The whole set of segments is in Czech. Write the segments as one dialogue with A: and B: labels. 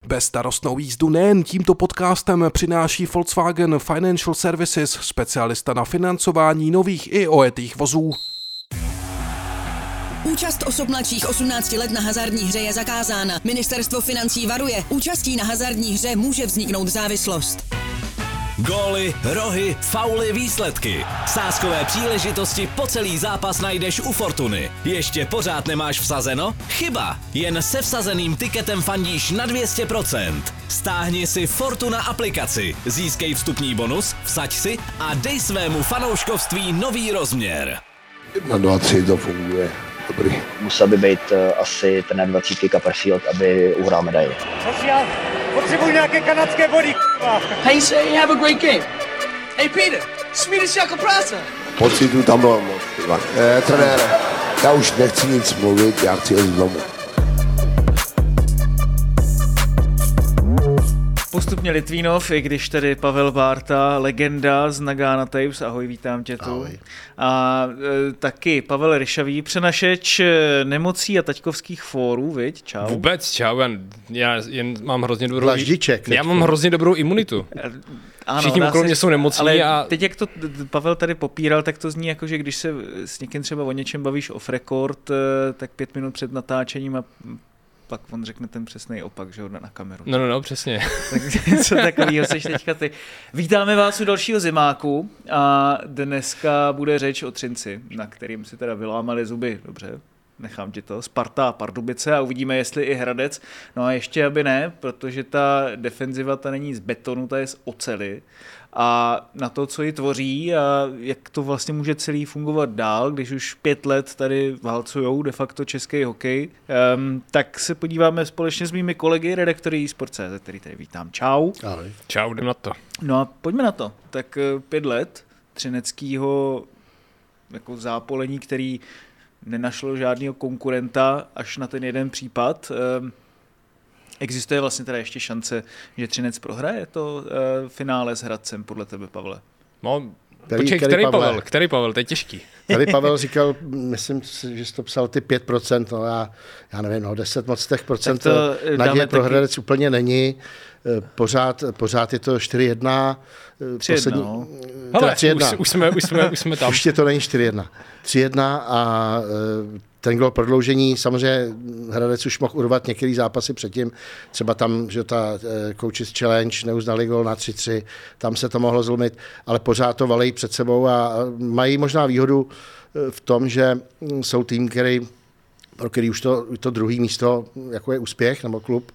A: Bezstarostnou jízdu nejen tímto podcastem přináší Volkswagen Financial Services, specialista na financování nových i ojetých vozů.
B: Účast osob mladších 18 let na hazardní hře je zakázána. Ministerstvo financí varuje, účastí na hazardní hře může vzniknout závislost.
C: Góly, rohy, fauly, výsledky. Sázkové příležitosti po celý zápas najdeš u Fortuny. Ještě pořád nemáš vsazeno? Chyba! Jen se vsazeným tiketem fandíš na 200%. Stáhni si Fortuna aplikaci, získej vstupní bonus, vsaď si a dej svému fanouškovství nový rozměr.
D: 1, 2, 3 to funguje. Dobrý.
E: Musel by být asi trenér 20 Copperfield, aby uhrál medaili.
F: Potřebuji nějaké kanadské body,
G: Hey, say have a great game. Hey, Peter, Swedish jako práce.
D: Pocitu tam bylo moc. Trenére, já už nechci nic mluvit, já chci jít domů.
H: Postupně Litvínov, i když tedy Pavel Bárta, legenda z Nagana Tapes, ahoj, vítám tě tu.
D: Ahoj.
H: A taky Pavel Ryšavý, přenašeč nemocí a taťkovských fórů, viď? Čau.
I: Vůbec, čau, já jen mám hrozně dobrou...
D: Dlaždiček.
I: Já mám hrozně dobrou imunitu.
H: Ano,
I: všichni okolo mě jsou nemocní.
H: Ale
I: a...
H: teď, jak to Pavel tady popíral, tak to zní jako, že když se s někým třeba o něčem bavíš off record, tak 5 minut před natáčením a pak on řekne ten přesný opak, že ho na kameru.
I: No, přesně.
H: Tak co takovýho seš teďka ty. Vítáme vás u dalšího zimáku a dneska bude řeč o Třinci, na kterým si teda vylámali zuby, dobře, nechám ti to, Sparta a Pardubice a uvidíme, jestli i Hradec. No a ještě aby ne, protože ta defenziva ta není z betonu, ta je z oceli. A na to, co ji tvoří a jak to vlastně může celý fungovat dál, když už 5 let tady válcujou de facto český hokej, tak se podíváme společně s mými kolegy, redaktory eSport.cz, který tady vítám. Čau.
D: Ahoj.
I: Čau, jdem na to.
H: No a pojďme na to. Tak 5 let třineckýho jako zápolení, který nenašlo žádného konkurenta až na ten jeden případ. Existuje vlastně teda ještě šance, že Třinec prohraje to finále s Hradcem, podle tebe, Pavle?
I: No, který Pavel, to je těžký.
J: Tady Pavel říkal, myslím, že jsi to psal ty 5%, no já nevím, 10 moc těch procent naděje pro Hradec úplně není. Pořád je to 4-1.
H: 3-1, no.
I: Hele, už jsme tam.
J: Ještě to není 4-1. 3-1 a ten gol prodloužení, samozřejmě Hradec už mohl urvat některé zápasy předtím, třeba tam, že ta Coaches Challenge neuznali gol na 3-3, tam se to mohlo zlomit, ale pořád to valejí před sebou a mají možná výhodu v tom, že jsou tým, pro který už to druhý místo jako je úspěch nebo klub,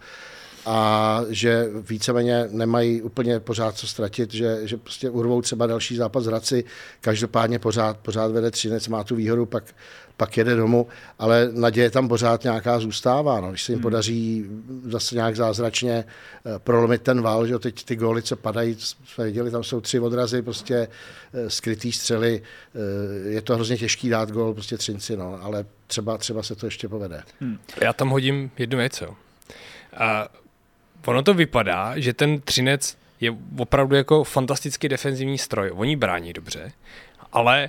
J: a že víceméně nemají úplně pořád co ztratit, že prostě urvou třeba další zápas z Hradci, každopádně pořád vede Třinec, má tu výhodu, pak jede domů, ale naděje tam pořád nějaká zůstává. No. Když se jim podaří zase nějak zázračně prolomit ten val, že teď ty góly, co padají, jsme viděli, tam jsou 3 odrazy, prostě skrytý střely, je to hrozně těžký dát gól prostě Třinci, no, ale třeba se to ještě povede.
I: Já tam hodím jednu věc, jo. A ono to vypadá, že ten Třinec je opravdu jako fantastický defenzivní stroj. Oni brání dobře, ale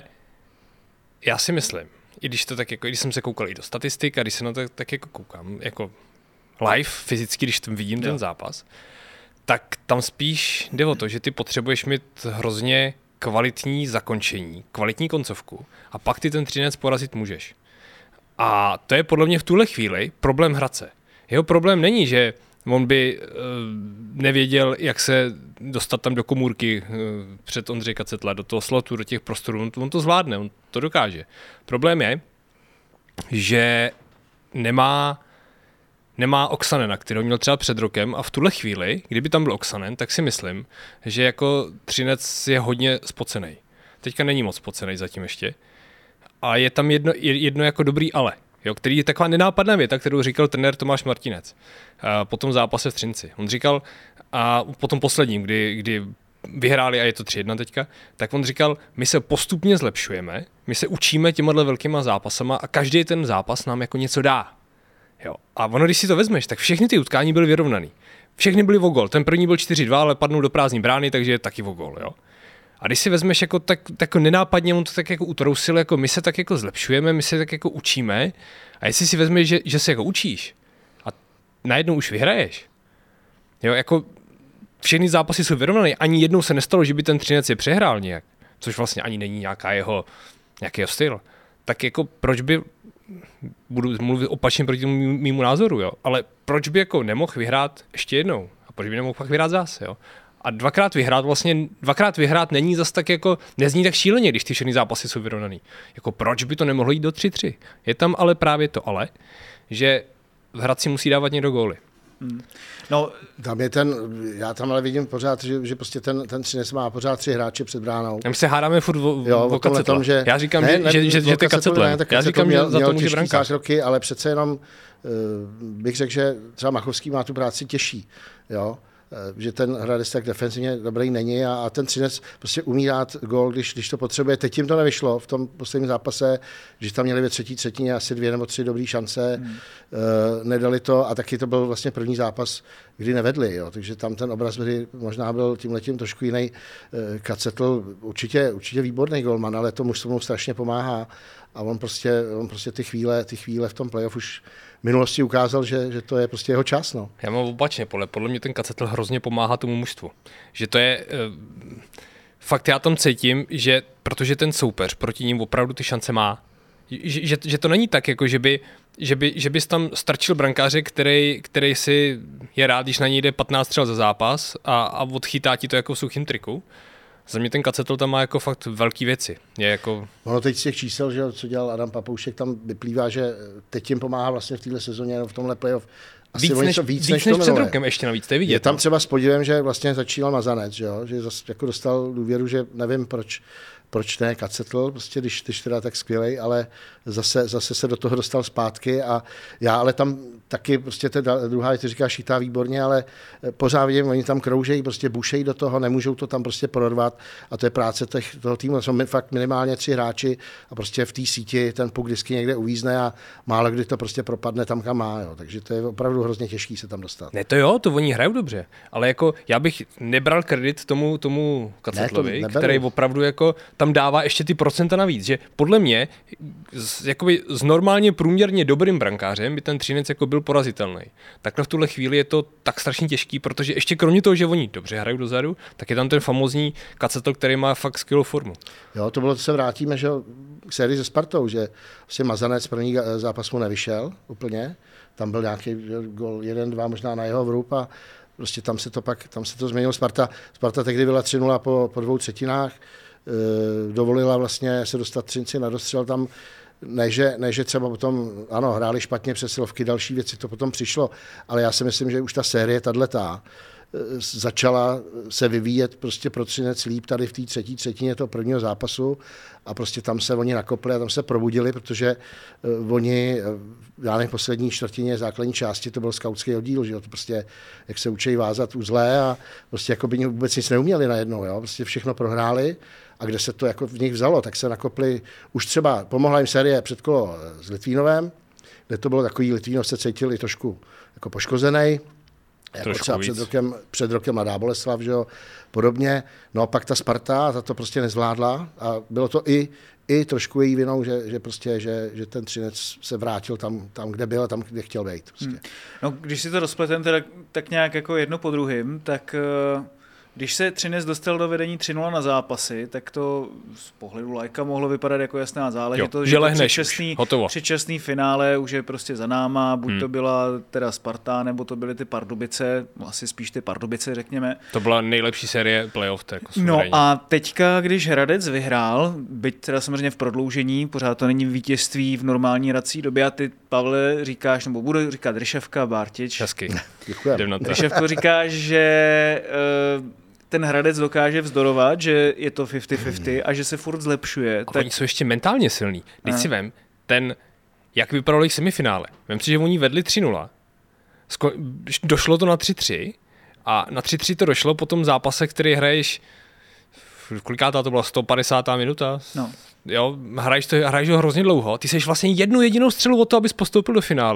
I: já si myslím, i když to tak jako, když jsem se koukal i do statistik a když se na to tak jako koukám, jako live, fyzicky, když tam vidím ten zápas, tak tam spíš jde o to, že ty potřebuješ mít hrozně kvalitní zakončení, kvalitní koncovku a pak ty ten Třinec porazit můžeš. A to je podle mě v tuhle chvíli problém Hradce. Jeho problém není, že on by nevěděl, jak se dostat tam do komůrky před Ondřeje Kacetla, do toho slotu, do těch prostorů. On to zvládne, on to dokáže. Problém je, že nemá Oksanena, kterého měl třeba před rokem a v tuhle chvíli, kdyby tam byl Oksanen, tak si myslím, že jako Třinec je hodně spocenej. Teďka není moc spocenej zatím ještě. A je tam jedno jako dobrý ale. Jo, který je taková nenápadná věta, kterou říkal trenér Tomáš Martinec po tom zápase v Třinci. On říkal, a po tom posledním, kdy vyhráli a je to 3-1 teďka, tak on říkal, my se postupně zlepšujeme, my se učíme těmahle velkýma zápasama a každý ten zápas nám jako něco dá. Jo. A ono, když si to vezmeš, tak všechny ty utkání byly vyrovnaný. Všechny byly o gol. Ten první byl 4-2, ale padnul do prázdné brány, takže je taky o gol. Jo. A když si vezmeš jako tak nenápadně, on to tak jako utrousil, jako my se tak jako zlepšujeme, my se tak jako učíme a jestli si vezmeš, že se jako učíš a najednou už vyhraješ, Jo, jako všechny zápasy jsou vyrovnané, ani jednou se nestalo, že by ten Třinec je přehrál nějak, což vlastně ani není nějaký jeho styl. Tak jako proč by, budu mluvit opačně proti mému názoru, jo, ale proč by jako nemohl vyhrát ještě jednou? A proč by nemohl pak vyhrát zase, jo? A dvakrát vyhrát není zas tak jako, nezní tak šíleně, když ty všechny zápasy jsou vyrovnaný. Jako proč by to nemohlo jít do 3-3? Je tam ale právě to ale, že v Hradci musí dávat někdo góly.
J: No, tam je já tam ale vidím pořád, že prostě ten Třinec má pořád 3 hráče před bránou.
I: My se hádáme furt o Kacetla. Já říkám, že ty Kacetlem. Já říkám, že za to může brankář.
J: Roky, ale přece jenom bych řekl, že třeba Machovský má tu práci těžší. Jo? Že ten Hradec tak defenzivně dobrý není a ten Třinec prostě umí dát gól, když to potřebuje. Teď jim to nevyšlo v tom posledním zápase, že tam měli ve třetí třetině asi 2 nebo 3 dobrý šance, nedali to a taky to byl vlastně první zápas, kdy nevedli. Jo. Takže tam ten obraz možná byl tímhletím trošku jiný. Kacetl určitě výborný golman, ale to mužstvo mu strašně pomáhá a on prostě ty chvíle v tom playoff už v minulosti ukázal, že to je prostě jeho čas. No.
I: Já mám opačně, podle mě ten Kacetl hrozně pomáhá tomu mužstvu. Že to je, fakt já tam cítím, že protože ten soupeř proti ním opravdu ty šance má, že to není tak, jako že bys tam strčil brankáře, který si je rád, když na něj jde 15 střel za zápas a odchytá ti to jako v suchým triku. Za mě ten Kacetl tam má jako fakt velký věci. Je jako...
J: Ono teď z těch čísel, že co dělal Adam Papoušek, tam vyplývá, že teď jim pomáhá vlastně v téhle sezóně, v tomhle playoff. Asi víc než
I: před rokem ještě navíc, to je vidět.
J: Je tam třeba s podívem, že vlastně začínal Mazanec, že zase jako dostal důvěru, že nevím proč ne Kacetl, prostě když teda tak skvělej, ale zase se do toho dostal zpátky a já ale tam taky prostě ta druhá, ty říkáš, šítá výborně, ale pořád vidím, oni tam kroužejí, prostě bušejí do toho, nemůžou to tam prostě prorvat a to je práce toho týmu, jsou fakt minimálně 3 hráči a prostě v té síti ten puk vždycky někde uvízne a málo kdy to prostě propadne tam, kam má, jo. Takže to je opravdu hrozně těžký se tam dostat.
I: Ne, to jo, to oni hrajou dobře, ale jako já bych nebral kredit tomu Kacetlovi, který opravdu jako tam dává ještě ty procenta navíc, že podle mě jakoby s normálně průměrně dobrým brankářem by ten Třinec jako byl porazitelný. Takhle v tuhle chvíli je to tak strašně těžký, protože ještě kromě toho, že oni dobře hrají dozadu, tak je tam ten famózní Kacetl, který má fakt skvělou formu.
J: Jo, to bylo, co se vrátíme, že k sérii se Spartou, že vlastně Mazanec první zápas mu nevyšel úplně, tam byl nějaký gol 1-2 možná na jeho vrub a prostě tam se to změnilo. Sparta tehdy byla 3-0 po 2 třetinách, dovolila vlastně se dostat Třinci na dostřel tam, ne, že třeba potom, ano, hráli špatně přesilovky, další věci, to potom přišlo, ale já si myslím, že už ta série tato začala se vyvíjet prostě pro Třinec líp tady v té třetí třetině toho prvního zápasu a prostě tam se oni nakopli a tam se probudili, protože oni, já nevím, poslední čtvrtině základní části to byl skautský oddíl, že jo, to prostě, jak se učí vázat uzlé a prostě jako by vůbec nic neuměli najednou, jo, prostě všechno prohráli a kde se to jako v nich vzalo, tak se nakopli, už třeba pomohla jim série předkolo s Litvínovem, kde to bylo takový, Litvínov se cítil i trošku jako poškozený, jako třeba před rokem Mladá Boleslav, že jo, podobně. No a pak ta Sparta, ta to prostě nezvládla a bylo to i trošku její vinou, že ten Třinec se vrátil tam, kde byl a tam, kde chtěl být. Prostě.
H: No, když si to rozpletem tak nějak jako jedno po druhým, tak když se Třinec dostal do vedení 3-0 na zápasy, tak to z pohledu lajka mohlo vypadat jako jasná záležitost, že předčasný finále už je prostě za náma, buď to byla teda Sparta, nebo to byly ty Pardubice, asi spíš ty Pardubice, řekněme.
I: To byla nejlepší série playoff. Jako
H: no a teďka, když Hradec vyhrál, byť teda samozřejmě v prodloužení, pořád to není vítězství v normální hrací době a ty, Pavle, říkáš, nebo budu říkat Ryšavka, Bártič.
I: Hezky.
H: Ryšavko říkáš, že ten Hradec dokáže vzdorovat, že je to 50-50 a že se furt zlepšuje.
I: Tak oni jsou ještě mentálně silní. Když si vem, jak vypadalo jejich semifinále. Vem si, že oni vedli 3-0, došlo to na 3-3 a na 3-3 to došlo po tom zápase, který hraješ, kolikátá to byla, 150. minuta?
H: No.
I: Jo, hraješ ho hrozně dlouho, ty seš vlastně jednu jedinou střelu od toho, abys postoupil do finále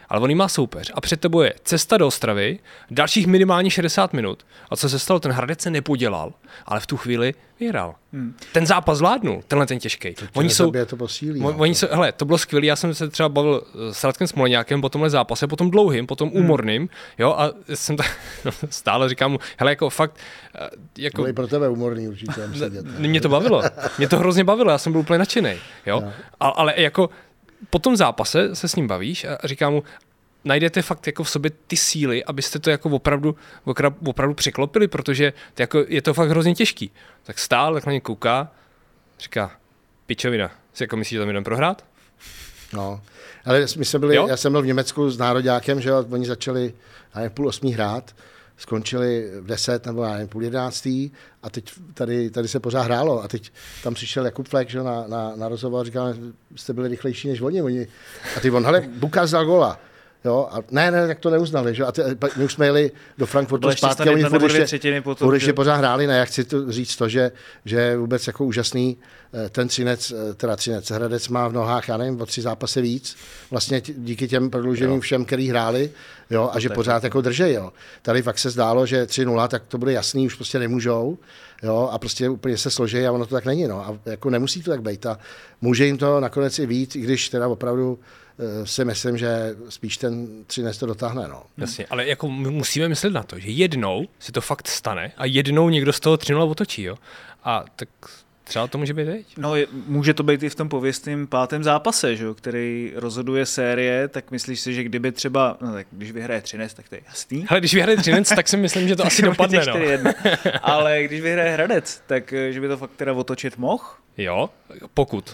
I: ale on jí má soupeř a před tebou je cesta do Ostravy, dalších minimálně 60 minut. A co se stalo? Ten Hradec se nepodělal, ale v tu chvíli vyhrál. Ten zápas zvládnul, tenhle ten těžký.
J: To posílí.
I: Hele, to bylo skvělé, já jsem se třeba bavil s Radkem Smoleňákem po tomhle zápase, po tom dlouhým, po tom úmorným, jo, a jsem stále říkám mu, hele, jako fakt, jako...
J: Byl i pro tebe úmorný určitě.
I: Mě to bavilo, mě to hrozně bavilo, já jsem byl úplně nadšenej, jo, ale jako po tom zápase se s ním bavíš a říkám mu, najdete fakt jako v sobě ty síly, abyste to jako opravdu překlopili, protože to jako, je to fakt hrozně těžký. Tak stál, tak na ně kouká, říká, pičovina, si jako myslíš, že tam jdem prohrát?
J: No, ale my jsme byli, já jsem byl v Německu s nároďákem, že jo, oni začali půl 8 hrát, skončili v 10 nebo půl 11 a teď tady se pořád hrálo a teď tam přišel Jakub Flek, že jo, na rozhovor a říkal, jste byli rychlejší než oni. A ty on, hele, Bukas dal góla. Jo, a ne, tak to neuznali, že? A my už jsme jeli do Frankfurtu zpátky a oni furt ještě pořád hráli, ne, já chci to říct to, že vůbec jako úžasný ten Třinec, Hradec má v nohách, já nevím, o 3 zápasy víc, vlastně díky těm prodloužením všem, který hráli, jo, a že pořád jako držej, jo. Tady fakt se zdálo, že 3-0, tak to bude jasný, už prostě nemůžou, jo, a prostě úplně se složí a ono to tak není, no, a jako nemusí to tak být a může jim to nakonec i víc, i když teda opravdu si myslím, že spíš ten Třinec to dotáhne. No.
I: Jasně, ale jako musíme myslet na to, že jednou se to fakt stane a jednou někdo z toho 3-0 otočí. Jo? A tak třeba to může být teď.
H: No, může to být i v tom pověstném 5. zápase, že? Který rozhoduje série, tak myslíš si, že kdyby třeba, no tak když vyhraje Třinec, tak to je jasný.
I: Ale když vyhraje Třinec, tak si myslím, že to asi dopadne. No.
H: Ale když vyhraje Hradec, tak že by to fakt teda otočit mohl?
I: Jo, pokud.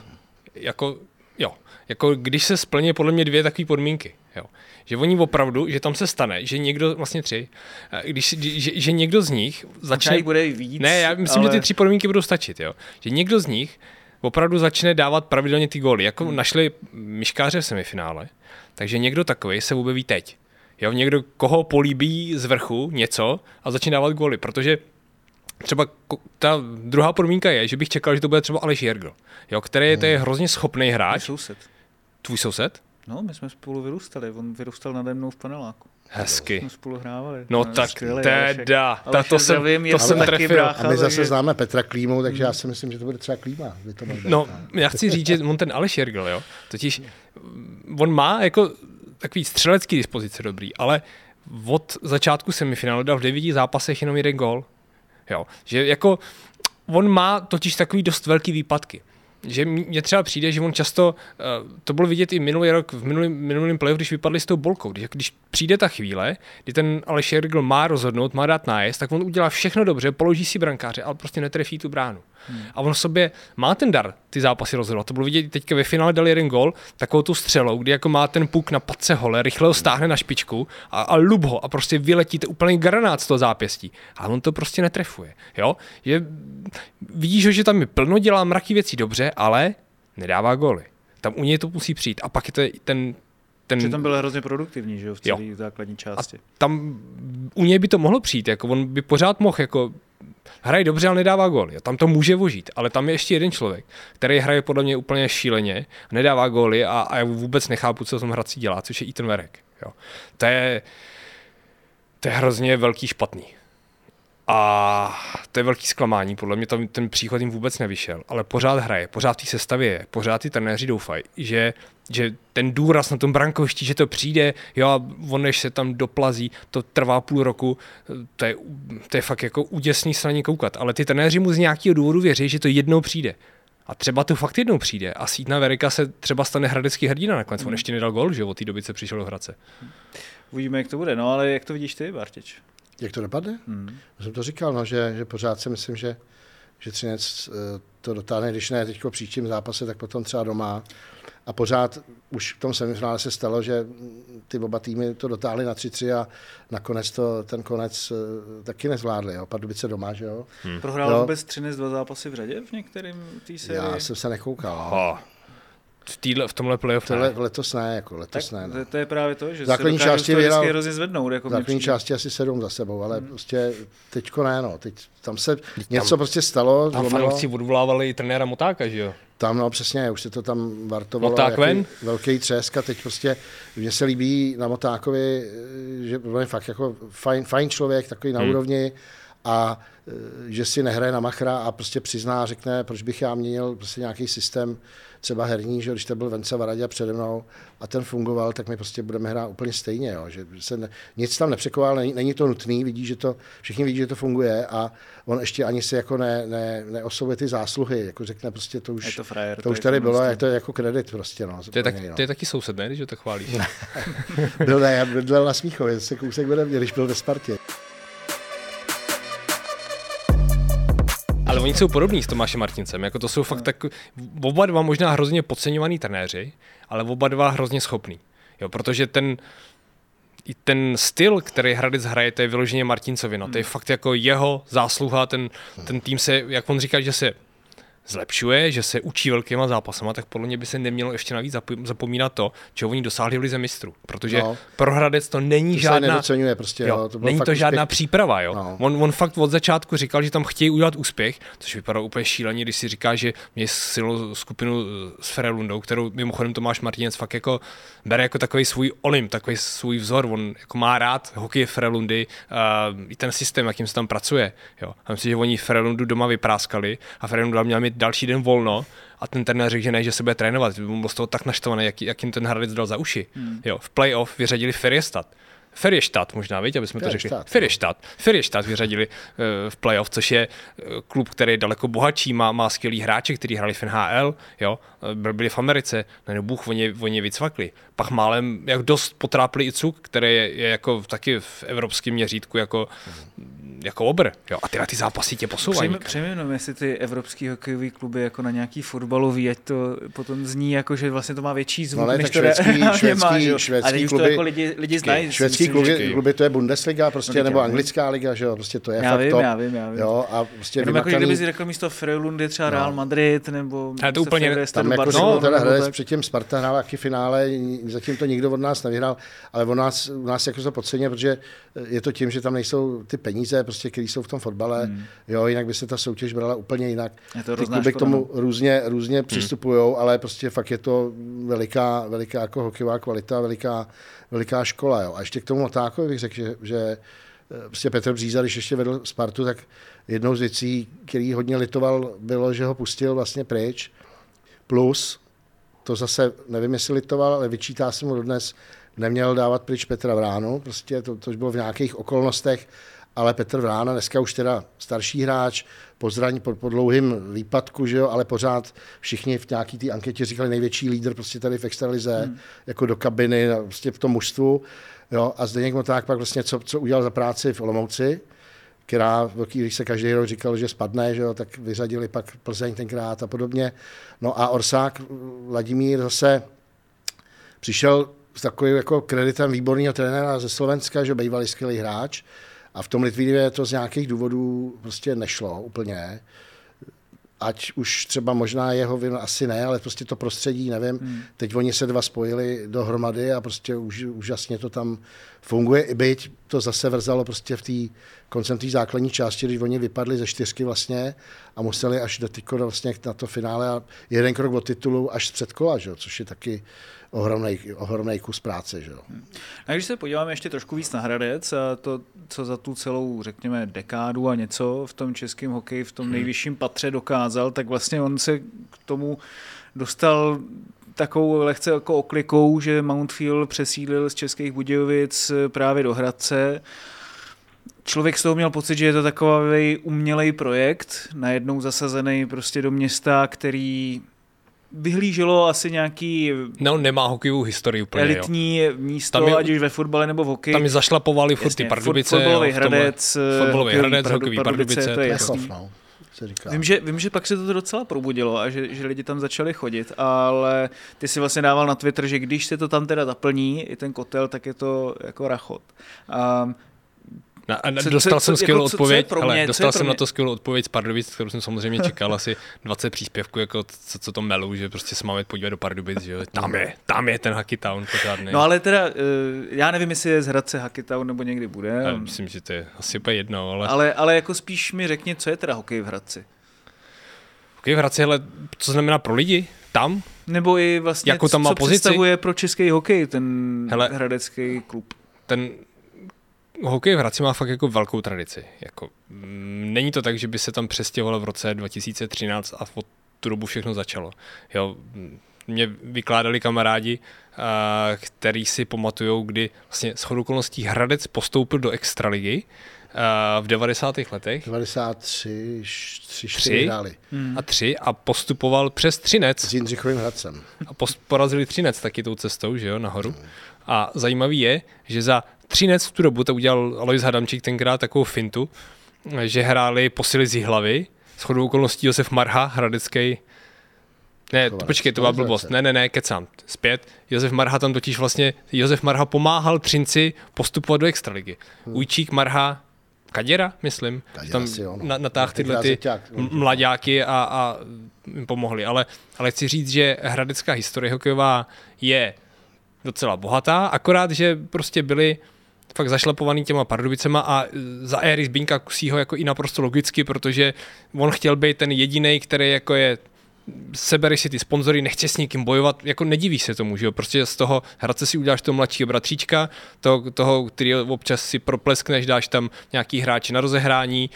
I: Jako když se splní podle mě 2 takové podmínky, jo. Že oni opravdu, že tam se stane, že někdo, vlastně 3, že někdo z nich začne...
H: bude víc,
I: ne, já myslím, že ty 3 podmínky budou stačit, jo. Že někdo z nich opravdu začne dávat pravidelně ty góly, jako našli myškáře v semifinále, takže někdo takový se objeví teď. Jo, někdo, koho políbí z vrchu něco a začne dávat góly, protože třeba ta druhá podmínka je, že bych čekal, že to bude třeba Aleš Jergl, jo, který je hrozně schopný hráč. Tvůj soused?
H: No, my jsme spolu vyrůstali, on vyrůstal nade mnou v paneláku.
I: Hezky.
H: Jsme spolu hrávali.
I: No tak teda, to jsem trefil.
J: A my zase známe Petra Klímu, takže já si myslím, že to bude třeba Klíma.
I: No, já chci říct, že on ten Aleš Jergl, jo, totiž on má jako takový střelecký dispozice dobrý, ale od začátku semifinále dal v 9 zápasech jenom 1 gól. Jo, že jako on má totiž takový dost velký výpadky. Že mně třeba přijde, že on často, to bylo vidět i minulý rok v minulém playoff, když vypadli s tou bolkou. Když přijde ta chvíle, kdy ten Aleš Jergl má rozhodnout, má dát nájezd, tak on udělá všechno dobře, položí si brankáře, ale prostě netrefí tu bránu. A on v sobě má ten dar ty zápasy rozhodovat. To bylo vidět, teďka ve finále dal 1 gól, takovou tu střelou, kdy jako má ten puk na patce hole, rychle ho stáhne na špičku a lub ho a prostě vyletí to úplný granát z toho zápěstí. A on to prostě netrefuje. Jo? Vidíš, že tam je plno, dělá mraky věcí dobře, ale nedává góly. Tam u něj to musí přijít. A pak je to ten
H: že tam byl hrozně produktivní, že jo, v celé základní části.
I: A tam u něj by to mohlo přijít, jako on by pořád mohl jako hraje dobře, ale nedává góly. Tam to může vožít, ale tam je ještě jeden člověk, který hraje podle mě úplně šíleně, nedává góly a já vůbec nechápu, co tom hradci dělá, což je Ethan Verek. Jo. To je hrozně velký špatný. A to je velký zklamání, podle mě tam ten příchod jim vůbec nevyšel, ale pořád hraje, pořád v té sestavě je, pořád ty trenéři doufají, že ten důraz na tom brankovišti, že to přijde, jo, a on než se tam doplazí, to trvá půl roku, to je fakt jako úděsný se na ně koukat, ale ty trenéři mu z nějakého důvodu věří, že to jednou přijde. A třeba to fakt jednou přijde a z Ethan Vereka se třeba stane hradecký hrdina nakonec, on ještě nedal gól, že od té doby, co přišel do Hradce.
H: Uvidíme, jak to bude, no ale jak to vidíš ty, Bartič?
J: Jak to dopadne? Jsem to říkal, no, že pořád si myslím, že Třinec to dotáhne, když ne teďko příštím zápase, tak potom třeba doma. A pořád už v tom semifinále se stalo, že ty oba týmy to dotáhly na 3-3 a nakonec ten konec taky nezvládli. Jo? Pardubice doma, že jo?
H: Prohrál vůbec Třinec 2 zápasy v řadě v některém té sérii?
J: Já jsem se nekoukal.
I: V tomhle playoff
J: letos ne.
H: To je právě to, že
J: základní
H: se dokážou
J: části vyhrál,
H: hrozně zvednout. Jako
J: základní části asi 7 za sebou, ale prostě teďko ne, no. Teď tam se něco prostě stalo.
I: Tam fanoušci odvolávali trenéra Motáka, že jo?
J: Tam, no přesně, už se to tam vartovalo, velký třesk a teď prostě, mně se líbí na Motákovi, že on je fakt jako fajn člověk, takový na úrovni a že si nehraje na machra a prostě přizná, řekne, proč bych já měnil prostě nějaký systém, třeba herní, že když to byl Venca Varadě přede mnou a ten fungoval, tak my prostě budeme hrát úplně stejně, jo, že se nic tam nepřekoval, není to nutný, všichni vidí, že to funguje a on ještě ani si jako neoslovuje ty zásluhy, jako řekne prostě to už, to už tady bylo, je to jako kredit prostě, no.
I: To je taky soused, ne, když ho tak chválíš?
J: Byl na Smíchově, se kousek ode mě, když byl ve Spartě.
I: Ale oni jsou podobní s Tomášem Martincem, jako to jsou fakt tak, oba dva možná hrozně podceňovaný trenéři, ale oba dva hrozně schopný, jo, protože ten styl, který Hradec hraje, to je vyloženě Martincovi, no, to je fakt jako jeho zásluha, ten tým se, jak on říká, že se zlepšuje, že se učí velkýma zápasama, tak podle mě by se nemělo ještě navíc zapomínat to, čeho oni dosáhli v lize mistrů, protože pro Hradec to není žádná,
J: prostě,
I: není to žádná příprava, jo. No. On fakt od začátku říkal, že tam chtějí udělat úspěch, což vypadalo úplně šíleně, když si říká, že mě silnou skupinu s Frelundou, kterou mimochodem Tomáš Martinec fakt jako bere jako takový svůj olymp, takový svůj vzor, on jako má rád hokej Frelundy, i ten systém, jakým se tam pracuje, jo. A myslím, že oni Frelundu doma vypráskali a Frelunda měla mít další den volno a ten trenér řekl, že ne, že se bude trénovat. Byl z toho tak naštvaný, jak jim ten Hradec dal za uši. Jo, v playoff vyřadili Ferjestad možná, víš, aby jsme to řekli. Ferjestad vyřadili v playoff, což je klub, který je daleko bohatší, má skvělý hráče, kteří hráli v NHL, jo, byli v Americe, no Bůh, oni vycvakli. Pak málem jak dost potrápili i Cuk, který je jako taky v evropském měřítku jako obr, jo, a ty zápasy tě posouvají.
H: Přemýšlím, jestli ty evropský hokejový kluby jako na nějaký fotbalový, ať to potom zní jako, že vlastně to má větší zvuk, než to švédský kluby, jako lidi znají.
J: Švédský kluby, to je Bundesliga prostě, nebo anglická liga, že jo, prostě to je
H: já
J: fakt
H: vím,
J: top.
H: Já vím.
J: Jo, a prostě
H: jenom jako, kdyby si řekl místo Frelundy třeba Real Madrid, nebo
I: to úplně
J: tam jako teda Hradec předtím Sparta hrál taky finále, zatím to nikdo od nás nevyhrál, ale u nás jako se podceňuje, protože je to tím, že tam nejsou ty peníze, prostě, které jsou v tom fotbale, jo, jinak by se ta soutěž brala úplně jinak. Ty kluby k tomu různě přistupujou, ale prostě fakt je to veliká jako hokejová kvalita, veliká škola, jo. A ještě k tomu Motákovi bych řekl, že prostě Petr Bříza, když ještě vedl Spartu, tak jednou z věcí, který hodně litoval, bylo, že ho pustil vlastně pryč, plus to zase, nevím, jestli litoval, ale vyčítá se mu dodnes, neměl dávat pryč Petra Vránu, prostě to bylo v nějakých okolnostech, ale Petr Vrána, dneska už teda starší hráč, po dlouhým výpadku, že jo, ale pořád všichni v nějaký té anketě říkali největší lídr prostě tady v extralize, jako do kabiny, prostě v tom mužstvu, jo, a Zdeněk Moták pak vlastně co udělal za práci v Olomouci, která, když se každý rok říkal, že spadne, že jo, tak vyřadili pak Plzeň tenkrát a podobně. No a Orsák Vladimír zase přišel s takovým jako kreditem výborného trenéra ze Slovenska, že bývalý skvělý hráč, a v tom Litvínové to z nějakých důvodů prostě nešlo úplně. Ať už třeba možná jeho vina, asi ne, ale prostě to prostředí, nevím. Teď oni se dva spojili dohromady a prostě úžasně to tam funguje. I byť to zase vrzalo prostě v té koncem té základní části, když oni vypadli ze 4 vlastně a museli až do tyko vlastně na to finále a jeden krok od titulu až z předkola, že? Což je taky ohromný kus práce. Že?
H: A když se podíváme ještě trošku víc na Hradec a to, co za tu celou, řekněme, dekádu a něco v tom českém hokeji v tom nejvyšším patře dokázal, tak vlastně on se k tomu dostal takovou lehce jako oklikou, že Mountfield přesídlil z Českých Budějovic právě do Hradce. Člověk z toho měl pocit, že je to takový umělej projekt, najednou zasazený prostě do města, který vyhlíželo asi nějaký
I: nemá hokejovou historii úplně,
H: elitní místo, ať už ve fotbale nebo v hokeji.
I: Tam je zašlapovali furt ty Pardubice.
H: Fotbalový Hradec,
I: hokejový Pardubice,
H: to je jasný. Vím, že pak se to docela probudilo a že lidi tam začali chodit, ale ty si vlastně dával na Twitter, že když se to tam teda zaplní, i ten kotel, tak je to jako rachot.
I: Dostal jsem skvělou odpověď, dostal jsem na to skvělou odpověď z Pardubic, kterou jsem samozřejmě čekal asi 20 příspěvků, jako co to melu, že prostě se máme podívat do Pardubic, že tam je ten Hockey Town pořádný.
H: No ale teda, já nevím, jestli je z Hradce Hockey Town nebo někdy bude.
I: Já myslím, že to je asi úplně jedno,
H: ale jako spíš mi řekni, co je teda hokej v Hradci.
I: hokej v Hradci, hele, co znamená pro lidi tam?
H: Nebo i vlastně,
I: jako tam má
H: co
I: pozici?
H: představuje pro český hokej ten hradecký klub?
I: Ten hokej v Hradci má fakt jako velkou tradici. Jako, není to tak, že by se tam přestěhovalo v roce 2013 a od tu dobu všechno začalo. Jo, mě vykládali kamarádi, který si pamatujou, kdy vlastně shodou okolností Hradec postoupil do extraligy v 90. letech.
J: 93, 4 hráli.
I: A 3 a postupoval přes Třinec.
J: S Jindřichovým Hradcem.
I: A porazili Třinec taky tou cestou, že jo, nahoru. A zajímavý je, že za Třinec v tu dobu to udělal Alois Hadamčík tenkrát takovou fintu, že hráli posily z Jihlavy, shodou okolností Josef Marha, hradecký. Ne, počkej, to byla blbost. Ne, kecám. Zpět. Josef Marha tam totiž vlastně, Josef Marha pomáhal Třinci postupovat do extraligy. Ujčík, Marha, Kaděra, myslím. Tam natáhl tyhle ty mlaďáky a jim pomohli. Ale chci říct, že hradecká historie hokejová je docela bohatá, akorát, že prostě byli fakt zašlapovaný těma Pardubicema a za éry Zbyňka Kusího jako i naprosto logicky, protože on chtěl být ten jedinej, který jako je sebereš si ty sponzory, nechce s někým bojovat, jako nedivíš se tomu, že jo, prostě z toho Hradce si uděláš toho mladšího bratříčka, toho, který občas si propleskneš, dáš tam nějaký hráče na rozehrání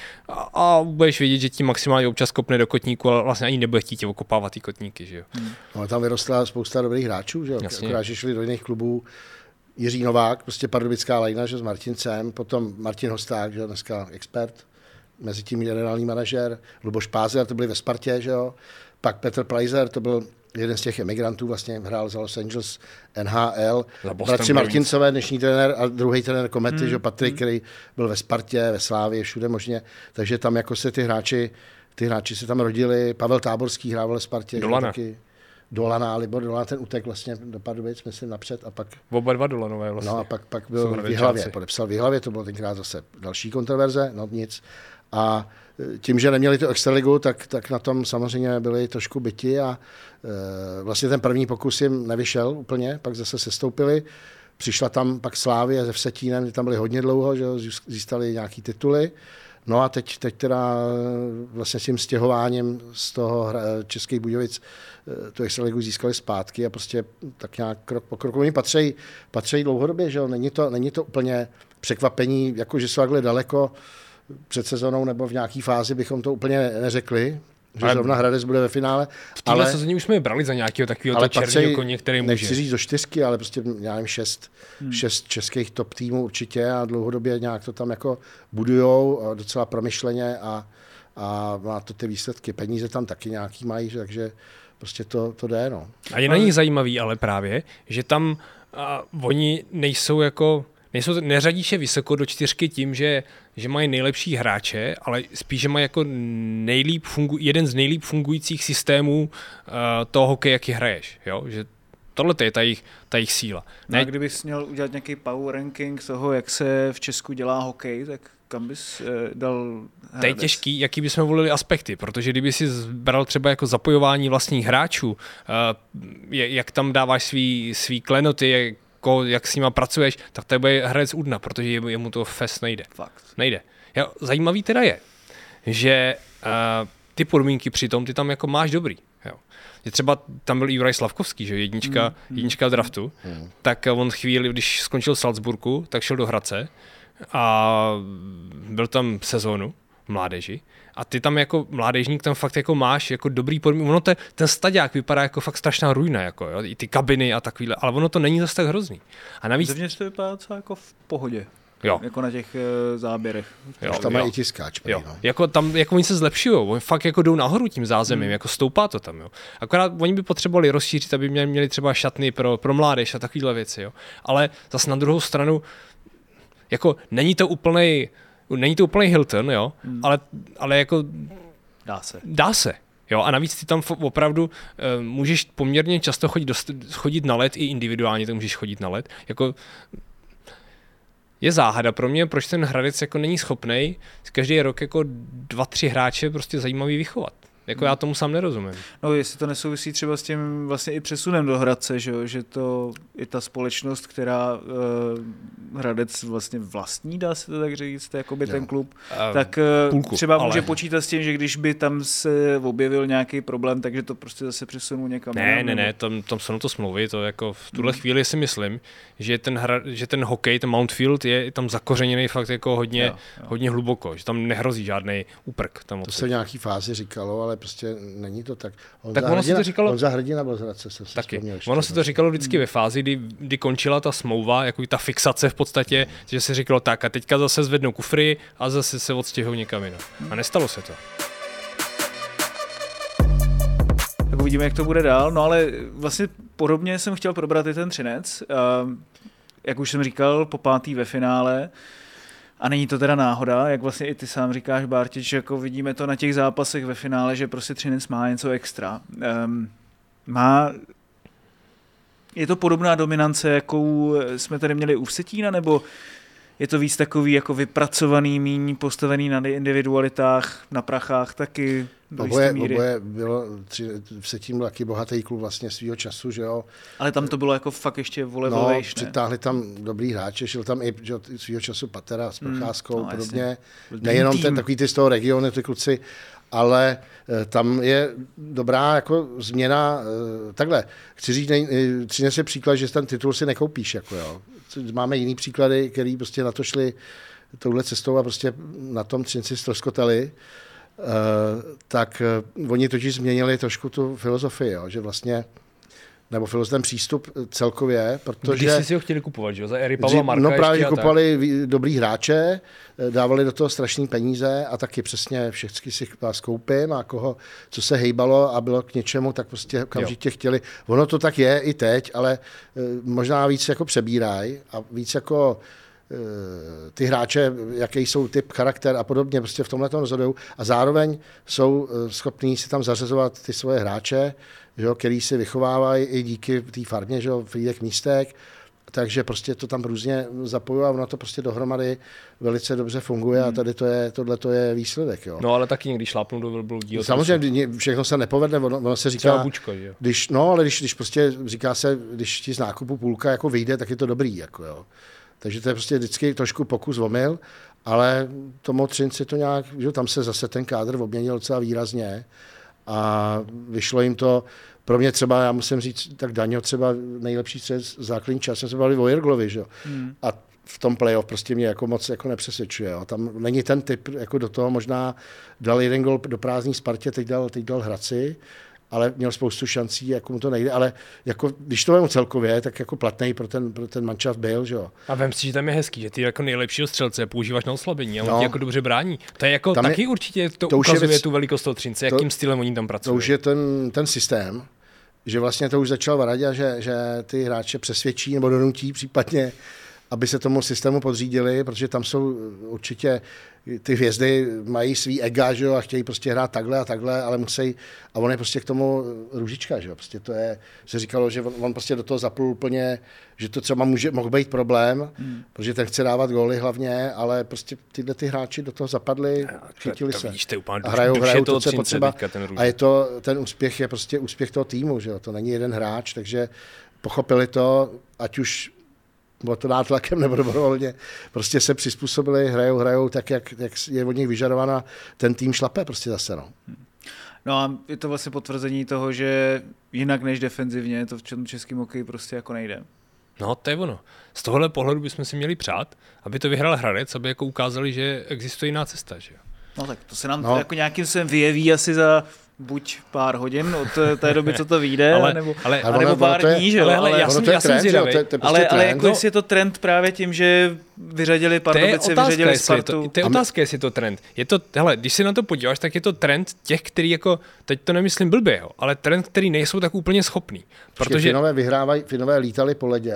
I: a budeš vědět, že ti maximálně občas kopne do kotníku, ale vlastně ani nebude chtít tě okopávat ty kotníky, že jo.
J: No, tam vyrostla spousta dobrých hráčů, že jo, akorát, že šli do jiných klubů. Jiří Novák, prostě pardubická lajna, že s Martincem, potom Martin Hosták, že jo, dneska expert, mezi tím generální manažer, Luboš Pázer, to byli ve Spartě, že jo. Pak Petr Pleiser, to byl jeden z těch emigrantů, vlastně hrál za Los Angeles NHL. Bratři Martincové, dnešní trenér a druhý trenér Komety, že Patrik, který byl ve Spartě, ve Slávii, všude možně. Takže tam jako se ty hráči se tam rodili. Pavel Táborský hrál ve Spartě. Dolana, Libor Dolana, ten utek vlastně do Pardubic, myslím, napřed a pak...
I: Oba dva Dolanové vlastně.
J: No a pak byl v Jihlavě, podepsal v Jihlavě, to bylo tenkrát zase další kontroverze, no nic. A tím, že neměli tu extraligu, tak na tom samozřejmě byli trošku byti a vlastně ten první pokus jim nevyšel úplně, pak zase sestoupili. Přišla tam pak Slávie se Vsetínem, tam byli hodně dlouho, že získali nějaký tituly. No a teď teda vlastně s tím stěhováním z toho Českých Budějovic tu extraligu získali zpátky a prostě tak nějak krok po kroku. Oni patří dlouhodobě, že jo? Není to úplně překvapení, jako že jsou takhle daleko před sezónou nebo v nějaký fázi bychom to úplně neřekli, že zrovna Hradec bude ve finále.
I: V téhle sezóně už jsme je brali za nějakého takového černého koně, který může.
J: Nechci říct do 4, ale prostě já nevím, 6 českých top týmů určitě a dlouhodobě nějak to tam jako budujou docela promyšleně a má to ty výsledky. Peníze tam taky nějaký mají, takže prostě to jde. No.
I: A je na nich zajímavý ale právě, že tam oni neřadí se vysoko do 4 tím, že mají nejlepší hráče, ale spíš, že mají jako jeden z nejlíp fungujících systémů toho hokeje, jaký hraješ. Jo? Že tohle je ta jejich síla.
H: No a kdybys měl udělat nějaký power ranking toho, jak se v Česku dělá hokej, tak kam bys dal Hradec?
I: To je těžký, jaký bychom volili aspekty, protože kdyby si bral třeba jako zapojování vlastních hráčů, jak tam dáváš svý klenoty, jak s nima pracuješ, tak to bude Hradec u dna, protože jemu to fest nejde.
H: Fakt.
I: Nejde. Zajímavý teda je, že ty podmínky přitom ty tam jako máš dobrý. Jo. Je třeba tam byl Juraj Slavkovský, že jednička draftu, tak on chvíli, když skončil v Salzburgu, tak šel do Hradce a byl tam sezónu v mládeži. A ty tam jako mládežník tam fakt jako máš jako dobrý podmínky. Ono ten staďák vypadá jako fakt strašná ruina, jako, jo? I ty kabiny a takovýhle, ale ono to není zase tak hrozný. A navíc...
H: Zevnitř to vypadá docela jako v pohodě.
I: Jo.
H: Jako na těch záběrech.
J: Jo, tam mají i tiskáč.
I: Jo. Jako tam jako oni se zlepšujou, oni fakt jako jdou nahoru tím zázemím, jako stoupá to tam. Jo. Akorát oni by potřebovali rozšířit, aby měli třeba šatny pro mládež a takovéhle věci. Jo. Ale zase na druhou stranu, jako není to úplnej Hilton, jo, ale jako dá se. Jo, a navíc ty tam opravdu můžeš poměrně často chodit na led, i individuálně to můžeš chodit na led. Jako je záhada pro mě, proč ten Hradec jako není schopnej každý rok jako 2-3 hráče prostě zajímavý vychovat. Jako já tomu sám nerozumím.
H: No, jestli to nesouvisí třeba s tím vlastně i přesunem do Hradce, že to je ta společnost, která Hradec vlastně vlastní, dá se to tak říct, jakoby ten klub, tak půlku, třeba může počítat s tím, že když by tam se objevil nějaký problém, takže to prostě zase přesunu někam.
I: Ne, tam jsou to smlouvy, to jako v tuhle chvíli si myslím, že ten hokej, ten Mountfield je tam zakořeněný fakt jako hodně hluboko, že tam nehrozí žádný úprk. Tam
J: to se v nějaký fázi říkalo, ale prostě není to tak.
I: Ono se to říkalo...
J: Honza Hrdina byl z Hradce.
I: Taky. Ono se to říkalo vždycky ve fázi, kdy končila ta smlouva, jako ta fixace v podstatě, že se říkalo tak a teďka zase zvednou kufry a zase se odstěhují někam jinam. A nestalo se to.
H: Tak uvidíme, jak to bude dál, no ale vlastně podobně jsem chtěl probrat i ten Třinec. Jak už jsem říkal, po 5. ve finále. A není to teda náhoda, jak vlastně i ty sám říkáš, Bártič, jako vidíme to na těch zápasech ve finále, že prostě Třinec má něco extra. Je to podobná dominance, jakou jsme tady měli u Vsetína, nebo je to víc takový jako vypracovaný, míň postavený na individualitách, na prachách taky?
J: Oboje bylo, Vsetín byl taky bohatý klub vlastně svýho času, že jo.
H: Ale tam to bylo jako fakt ještě volejš, ne?
J: Přitáhli tam dobrý hráče, šel tam i svýho času Patera s Procházkou a podobně. Nejenom takový ty z toho regionu, ty kluci, ale tam je dobrá jako změna. Takhle, chci říct, Třinec je příklad, že ten titul si nekoupíš. Jako jo. Máme jiný příklady, který prostě na to šli touhle cestou a prostě na tom Třinci ztroskotali. Tak oni totiž změnili trošku tu filozofii, jo, že vlastně nebo ten přístup celkově, protože...
I: Když si ho chtěli kupovat, že jo? Za éry Pavla Marka
J: no právě kupovali dobrý hráče, dávali do toho strašný peníze a taky přesně všechny si vás koupím a co se hejbalo a bylo k něčemu, tak prostě okamžitě chtěli. Ono to tak je i teď, ale možná víc jako přebírají a víc jako ty hráče, jaký jsou typ, charakter a podobně, prostě v tomhle to rozhodují a zároveň jsou schopní si tam zařazovat ty svoje hráče, že, který si vychovávají i díky té farmě, že, Frýdek Místek, takže prostě to tam různě zapojují a ono to prostě dohromady velice dobře funguje a tady tohle je výsledek. Jo.
I: No ale taky někdy šlápnou do velbloudího.
J: Samozřejmě všechno se nepovede, ono se říká,
I: Bučko, jo.
J: Když prostě říká se, když ti z nákupu půlka jako vyjde, tak je to dobrý. Jako, jo. Takže to je prostě vždycky trošku pokus omyl, ale tomu Třinci to nějak, že tam se zase ten kádr obměnil docela výrazně a vyšlo jim to, pro mě třeba, já musím říct, tak Daňo třeba nejlepší střed základní čas, jsme se bavili o Jirglovi, že? A v tom playoff prostě mě jako moc jako nepřesvědčuje. Jo. Tam není ten typ, jako do toho možná dal jeden gol do prázdný Spartě, teď dal Hradci, ale měl spoustu šancí, jako mu to nejde, ale jako, když to vemu celkově, tak jako platnej pro ten manšaft byl, že jo.
I: A vem si, že tam je hezký, že ty jako nejlepšího střelce používáš na oslabení, ale on ti jako dobře brání. To je jako taky určitě to ukazuje tu velikost toho Třince, jakým stylem oni tam pracují.
J: To už je ten systém, že vlastně to už začal v Radě, že ty hráče přesvědčí nebo donutí případně, aby se tomu systému podřídili, protože tam jsou určitě ty hvězdy mají svý ega, že jo, a chtějí prostě hrát takhle, ale musí, a on je prostě k tomu růžička, že jo, prostě to je, se říkalo, že on prostě do toho zaplul úplně, že to třeba mohl být problém, protože ten chce dávat góly hlavně, ale prostě tyhle ty hráči do toho zapadli, chytili se. A hrajou to, co je potřeba. A je to, ten úspěch je prostě úspěch toho týmu, že jo, to není jeden hráč, takže pochopili to, ať už bylo to nátlakem nebo dobrovolně, prostě se přizpůsobili, hrajou tak, jak je od nich vyžadována, ten tým šlape prostě zase, no.
H: No a je to vlastně potvrzení toho, že jinak než defenzivně to v českém hokeji prostě jako nejde.
I: No, to je ono. Z tohohle pohledu bychom si měli přát, aby to vyhrál Hradec, aby jako ukázali, že existuje jiná cesta, že jo.
H: No tak to se nám jako nějakým způsobem vyjeví asi za buď pár hodin od té doby, co to vyjde, nebo pár dní, že jo.
I: Ale já jsem zvědavý.
H: Ale jako jestli je to trend právě tím, že vyřadili Pardubice, vyřadili Spartu.
I: To je otázka, jestli je to trend. Je to, hele, když se na to podíváš, tak je to trend těch, který jako, teď to nemyslím blbě, ale trend, který nejsou tak úplně schopný. Protože
J: Finové lítali po ledě,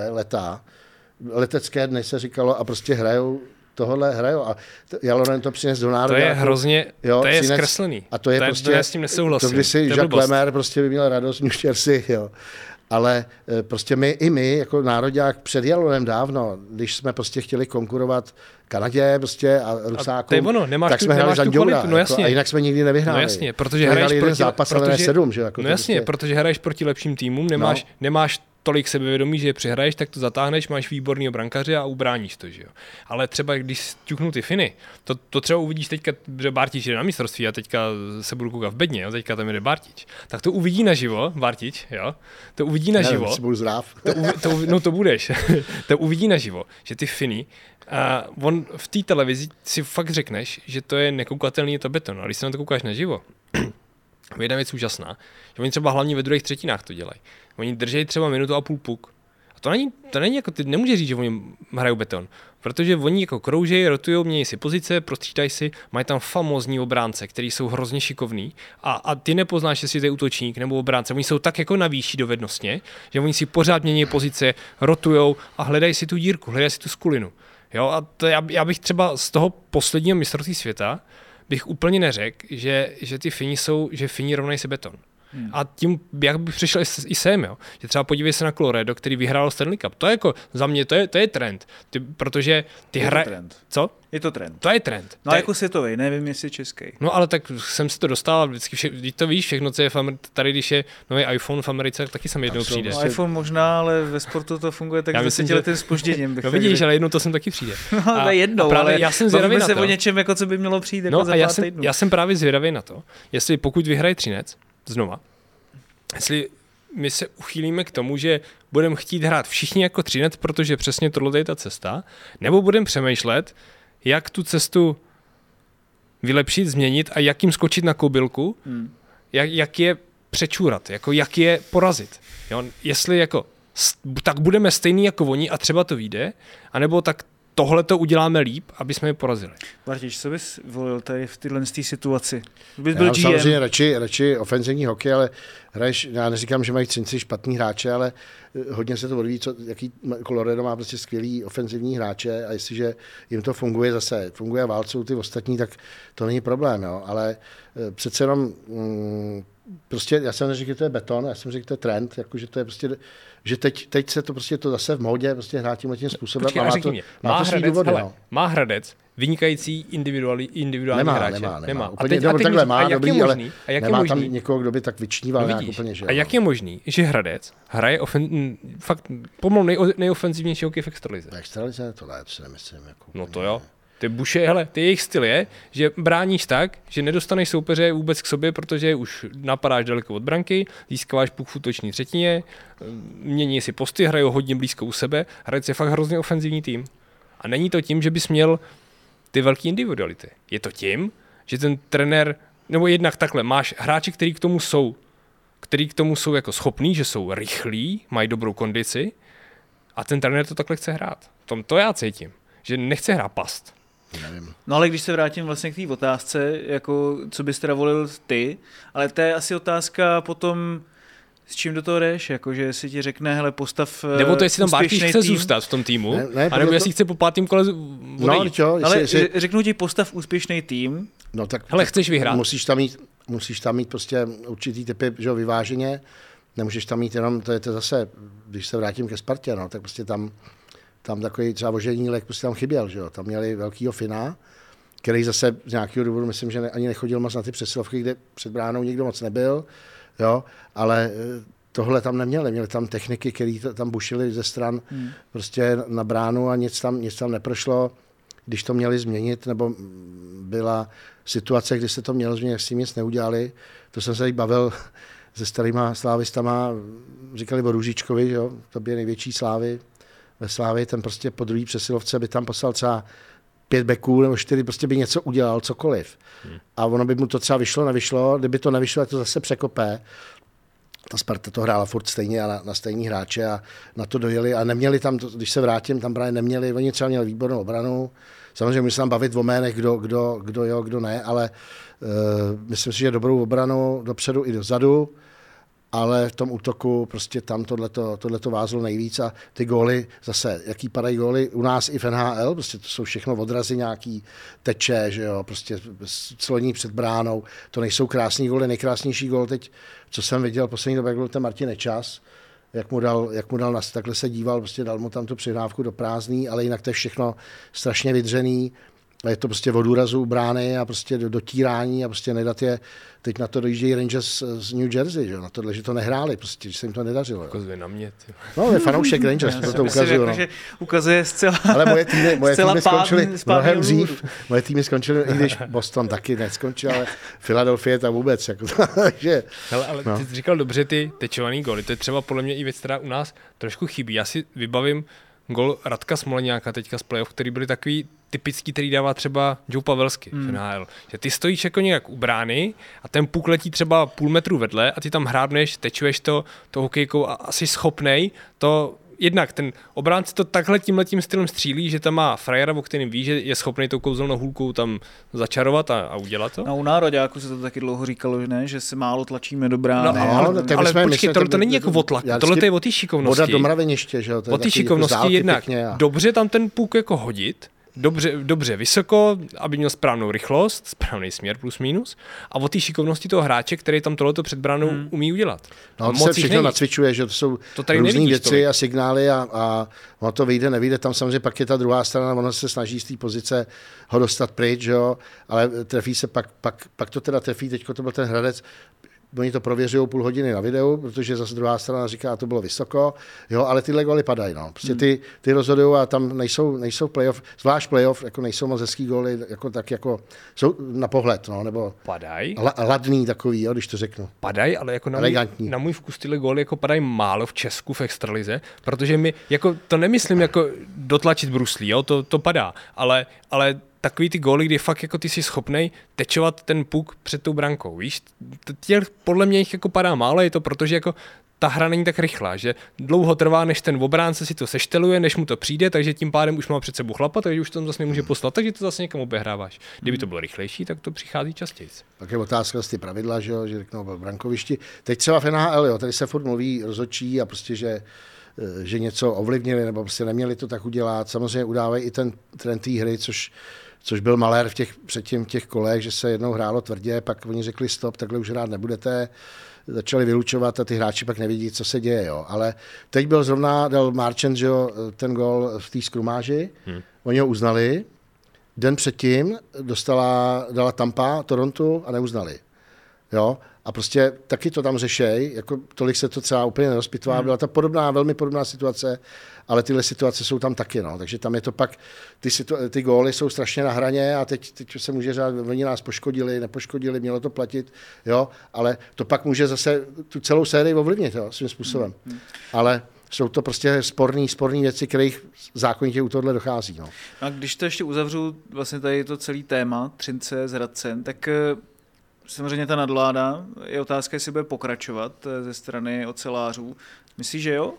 J: letecké dny se říkalo a prostě hrajou a Jalonen to přines do národa.
I: To je hrozně, to je zkreslený.
J: A to je prostě,
I: já s tím nesouhlasím.
J: To když si Jacques Lemaire prostě by měl radost, New Jersey, jo. ale prostě my jako nároďák před Jalonem dávno, když jsme prostě chtěli konkurovat Kanadě prostě a Rusákům, tak jsme hráli Zanďoura,
I: no
J: jako, a jinak jsme nikdy nevyhráli.
I: No jasně, protože hraješ
J: jeden zápas, ale ne 7, že? Jako
I: no jasně, prostě... protože hraješ proti lepším týmům, nemáš tolik sebevědomí, že je přihraješ, tak to zatáhneš, máš výborného brankaře a ubráníš to, že jo. Ale třeba když sťuknu ty Finy, to třeba uvidíš teďka, že Bartič jde na mistrovství a teďka se budu koukat v Bedně, jo, teďka tam jde Bartič. Tak to uvidí naživo, Bartič, jo. To uvidí naživo.
J: Ne, budu zdrav.
I: No to budeš. To uvidí naživo, že ty Finy a on v té televizi si fakt řekneš, že to je nekoukatelný, je to beton. A když se na to koukáš naživo, je jedna věc úžasná, že oni třeba hlavně ve druhých třetinách to dělají. Oni drží třeba minutu a půl puk. A to není jako, ty nemůžeš říct, že oni hrajou beton. Protože oni jako kroužejí, rotujou, mění si pozice, prostřídají si, mají tam famózní obránce, který jsou hrozně šikovní a ty nepoznáš, jestli to je útočník nebo obránce. Oni jsou tak jako na výši dovednostně, že oni si pořád mění pozice, rotujou a hledají si tu dírku, hledají si tu skulinu. Jo, a to já bych třeba z toho posledního mistrovství světa bych úplně neřekl, že ty Fini jsou, že Fini rovnají se beton. A tím, jak bych přišel i sem, jo. Že třeba podívej se na Colorado, který vyhrál Stanley Cup. To je jako, za mě, to je trend. Protože ty hrají... Co?
H: Je to trend.
I: To je trend.
H: No jako světový, nevím, jestli český.
I: No ale tak jsem si to dostal, vždycky to víš, všechno, co je tady, když je nový iPhone v Americe, taky jsem jednou přijde.
H: No, iPhone možná, ale ve sportu to funguje tak 10 letým zpožděním.
I: No vidíš, ale jednou to sem taky přijde.
H: No ale jednou, ale
I: já jsem zvědavý na to.
H: se o něčem, jako co by mělo přijít jako
I: no,
H: za pár týdnů.
I: Já jsem právě zvědavý na to, jestli pokud vyhraje Třinec, znova, jestli my se uchýlíme k tomu, že budeme chtít hrát všichni jako Třinec, protože přesně tohle je ta cesta, nebo budeme přemýšlet, jak tu cestu vylepšit, změnit a jak jim skočit na kobylku, jak je přečůrat, jako jak je porazit. Jo? Jestli jako tak budeme stejný jako oni a třeba to vyjde, anebo tak tohle to uděláme líp, aby jsme je porazili.
H: Bartič, co bys volil tady v téhle situaci?
J: Bys byl GM. Samozřejmě radši ofenzivní hokej, ale hraješ, já neříkám, že mají Třinci špatný hráče, ale hodně se to odvíjí, jaký Colorado má prostě skvělý ofenzivní hráče a jestliže jim to funguje a válcou ty ostatní, tak to není problém, jo. Ale přece jenom prostě, já jsem neřekl, že to je beton, já jsem řekl, že to je trend, jako, že to je prostě, že teď se to prostě to zase v módě prostě hrát tímhle způsobem.
I: Počkej, a má to svý důvody, no. Má Hradec vynikající individuální hráče?
J: Nemá. Úplně, takhle má dobrý, ale nemá tam někoho, kdo by tak vyčníval nějak úplně. Že,
I: a jak je možný, že Hradec hraje fakt pomalu nejofenzivnější hokej v extralize?
J: V extralize to si nemyslím. Jako,
I: no to jo. Ty jejich styl je, že bráníš tak, že nedostaneš soupeře vůbec k sobě, protože už napadáš daleko od branky, získáváš puk v útoční třetině, mění si posty, hrajou hodně blízko u sebe, Hradec je fakt hrozně ofenzivní tým. A není to tím, že bys měl ty velké individuality. Je to tím, že ten trenér, nebo jednak takhle, máš hráči, kteří k tomu jsou jako schopní, že jsou rychlí, mají dobrou kondici a ten trenér to takhle chce hrát. To já cítím, že nechce hrát past.
J: Nevím.
H: No ale když se vrátím vlastně k té otázce, jako co bys teda volil ty, ale to je asi otázka potom, s čím do toho jdeš, jakože si ti řekne, hele, postav
I: nebo to, jestli tam Bartič chce zůstat v tom týmu, anebo jestli chce po pátým kole odejít.
H: Ale řeknu ti, postav úspěšný tým.
J: No tak
I: hele, chceš vyhrát.
J: Musíš tam mít prostě určitý typy, že jo, vyváženě, nemůžeš tam mít jenom, to je to zase, když se vrátím ke Spartě, no, tak prostě tam takový třeba Voženílek prostě tam chyběl, že jo, tam měli velkýho Fina, který zase z nějakého důvodu, myslím, že ani nechodil moc na ty přesilovky, kde před bránou nikdo moc nebyl, jo, ale tohle tam neměli tam techniky, které tam bušily ze stran prostě na bránu a nic tam neprošlo, když to měli změnit, nebo byla situace, kdy se to mělo změnit, jak s tím nic neudělali, to jsem se tady bavil se starýma slávistama, říkali o Růžičkovi, jo, to by největší slávy ve Slávii, ten prostě po druhý přesilovce by tam poslal třeba 5 beků nebo 4, prostě by něco udělal, cokoliv. A ono by mu to třeba vyšlo, nevyšlo, kdyby to nevyšlo, tak to zase překopé. Ta Sparta to hrála furt stejně a na stejný hráče a na to dojeli a neměli tam, když se vrátím, tam právě neměli, oni třeba měli výbornou obranu. Samozřejmě musím tam bavit o jménech, kdo jo, kdo ne, ale myslím si, že dobrou obranu dopředu i dozadu, ale v tom útoku prostě tam tohleto vázlo nejvíc a ty góly zase, jaký padají góly u nás i v NHL, prostě to jsou všechno odrazy nějaký teče, že jo, prostě sloní před bránou, to nejsou krásný góly, nejkrásnější gól teď, co jsem viděl poslední době, byl ten Martin Nečas, jak mu dal takhle se díval, prostě dal mu tam tu přihrávku do prázdný, ale jinak to je všechno strašně vydřený. A je to prostě od úrazu u brány a prostě do dotírání a prostě nedat je. Teď na to dojíždějí Rangers z New Jersey, že? Na tohle, že to nehráli, prostě, že se jim to nedařilo.
I: Ukazuje na mě.
J: No, je fanoušek Rangers, to ukazuje.
H: Jako, že ukazuje zcela.
J: Ale moje týmy skončily mnohem dřív. Moje týmy skončily, i když Boston taky neskončil, ale Philadelphia ta vůbec. Jako, takže,
I: ale ty jsi říkal dobře ty tečovaný góly. To je třeba podle mě i věc, která u nás trošku chybí. Já si vybavím gól Radka Smoleňáka teďka z playoff, který byly takový typický, který dává třeba Joe Pavelski v NHL. Že ty stojíš jako nějak u brány a ten puk letí třeba půl metru vedle a ty tam hrádneš, tečuješ to hokejkou a jsi schopnej to jednak ten obránce to takhle tímhletím stylem střílí, že tam má frajera, o kterým ví, že je schopný tou kouzelnou hůlkou tam začarovat a udělat to.
H: No u nároďáku se to taky dlouho říkalo, že ne, že se málo tlačíme do brány.
I: Ale počkej, to není jako o tlaku, tohle je o té šikovnosti.
J: Voda do mraveniště, že jo?
I: O té šikovnosti jednak dobře tam ten puk jako hodit, dobře vysoko, aby měl správnou rychlost, správný směr plus minus a o té šikovnosti toho hráče, který tam tohleto před bránou umí udělat.
J: No, to se všechno nacvičuje, že to jsou různý věci a signály a ono to vyjde, nevyjde. Tam samozřejmě pak je ta druhá strana, ono se snaží z té pozice ho dostat pryč, jo, ale trefí se pak to teda trefí, teďko to byl ten Hradec. Oni to prověřují půl hodiny na videu, protože zase druhá strana říká, to bylo vysoko, jo, ale tyhle góly padají, no. Prostě ty rozhodují a tam nejsou playoff, zvlášť playoff, jako nejsou moc hezký góly, jako tak jako jsou na pohled, no, nebo
I: padají.
J: Ladný takový, jo, když to řeknu.
I: Padají, ale jako na můj vkus tyhle góly jako padají málo v Česku v extralize, protože my jako to nemyslím jako dotlačit bruslí, jo, to padá, ale takový ty góly, kdy fakt jako ty jsi schopnej tečovat ten puk před tou brankou, víš? Podle mě jich jako padá málo, je to protože jako ta hra není tak rychlá, že dlouho trvá, než ten obránce si to sešteluje, než mu to přijde, takže tím pádem už má před sebou chlapa, takže už to tam zase nemůže poslat, takže to zase někam obehráváš. Kdyby to bylo rychlejší, tak to přichází častěji.
J: Tak je otázka z ty pravidla, že řeknou v brankovišti. Teď třeba v NHL, jo, tady se furt mluví rozhodčí a prostě, že něco ovlivnili nebo prostě neměli to tak udělat. Samozřejmě udávají i ten trend té hry, což byl malér předtím těch kolech, že se jednou hrálo tvrdě, pak oni řekli stop, takhle už hrát nebudete, začali vylučovat a ty hráči pak nevidí, co se děje. Jo. Ale teď dal Marchand, že jo, ten gól v té skrumáži, oni ho uznali, den předtím dala Tampa Toronto a neuznali. Jo. A prostě taky to tam řešej, jako tolik se to třeba úplně nerozpitvá, byla ta velmi podobná situace, ale tyhle situace jsou tam taky, no. Takže tam je to pak, ty góly jsou strašně na hraně a teď se může říct, oni nás poškodili, nepoškodili, mělo to platit, jo, ale to pak může zase tu celou sérii ovlivnit, jo, svým způsobem. Ale jsou to prostě sporný věci, kterých zákonitě u tohle dochází, no.
H: A když to ještě uzavřu, vlastně tady to celý téma, Třince s Hradcem, tak samozřejmě ta nadvláda je otázka, jestli bude pokračovat ze strany ocelářů. Myslíš, že jo?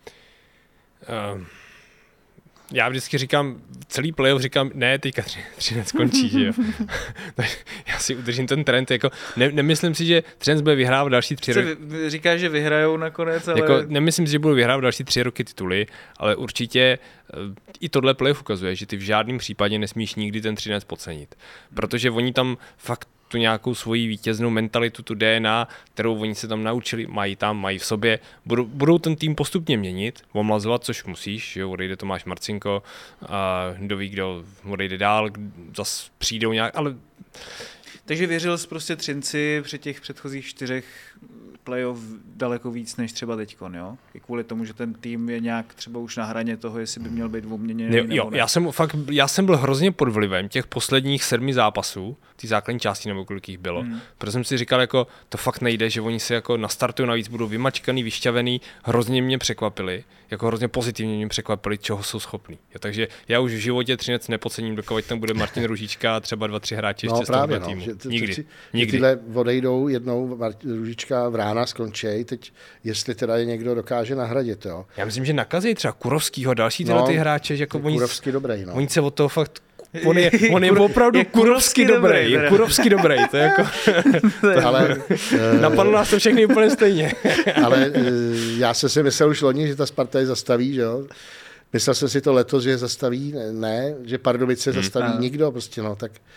I: Já vždycky říkám, celý playoff říkám, ne, teďka Třinec končí, že jo. Já si udržím ten trend, jako nemyslím si, že Třinec bude vyhrávat další 3 roky.
H: Říkáš, že vyhrajou nakonec, ale...
I: Jako, nemyslím si, že budou vyhrávat další 3 roky tituly, ale určitě i tohle playoff ukazuje, že ty v žádném případě nesmíš nikdy ten Třinec podcenit. Protože oni tam fakt tu nějakou svoji vítěznou mentalitu, tu DNA, kterou oni se tam naučili, mají v sobě, budou ten tým postupně měnit, omlazovat, což musíš, jo, odejde Tomáš Marcinko, a kdo ví, kdo odejde dál, zase přijdou nějak, ale...
H: Takže věřil jsi prostě Třinci při těch předchozích 4 playoff daleko víc než třeba teďkon, jo? I kvůli tomu, že ten tým je nějak třeba už na hraně toho, jestli by měl být obměněný.
I: Jo, já jsem byl hrozně pod vlivem těch posledních 7 zápasů, ty základní části nebo kolik jich bylo. Protože jsem si říkal, jako to fakt nejde, že oni se jako nastartují, navíc budou vymačkaný, vyšťavený, hrozně mě překvapili, jako hrozně pozitivně mě překvapili, čeho jsou schopní. Takže já už v životě Třinec nepodcením, dokud tam bude Martin Růžička a třeba 2-3 hráči ještě z toho týmu. Nikdy.
J: Tyhle odejdou jednou Růžička, Vrána skončí, teď jestli teda je někdo dokáže nahradit, jo.
I: Já myslím, že nakazí třeba Kurovskýho, další ty hráče, že jako
J: Kurovský dobrý, no.
I: Oni se od toho fakt on je opravdu kurovsky dobrý. Je kurovsky dobrý, to je jako...
J: ale
I: napadlo nás to všechny úplně stejně.
J: Ale já jsem si myslel už loni, že ta Sparta je zastaví, že jo. Myslel jsem si to letos, že je zastaví, ne, že Pardubice zastaví nikdo, prostě no, tak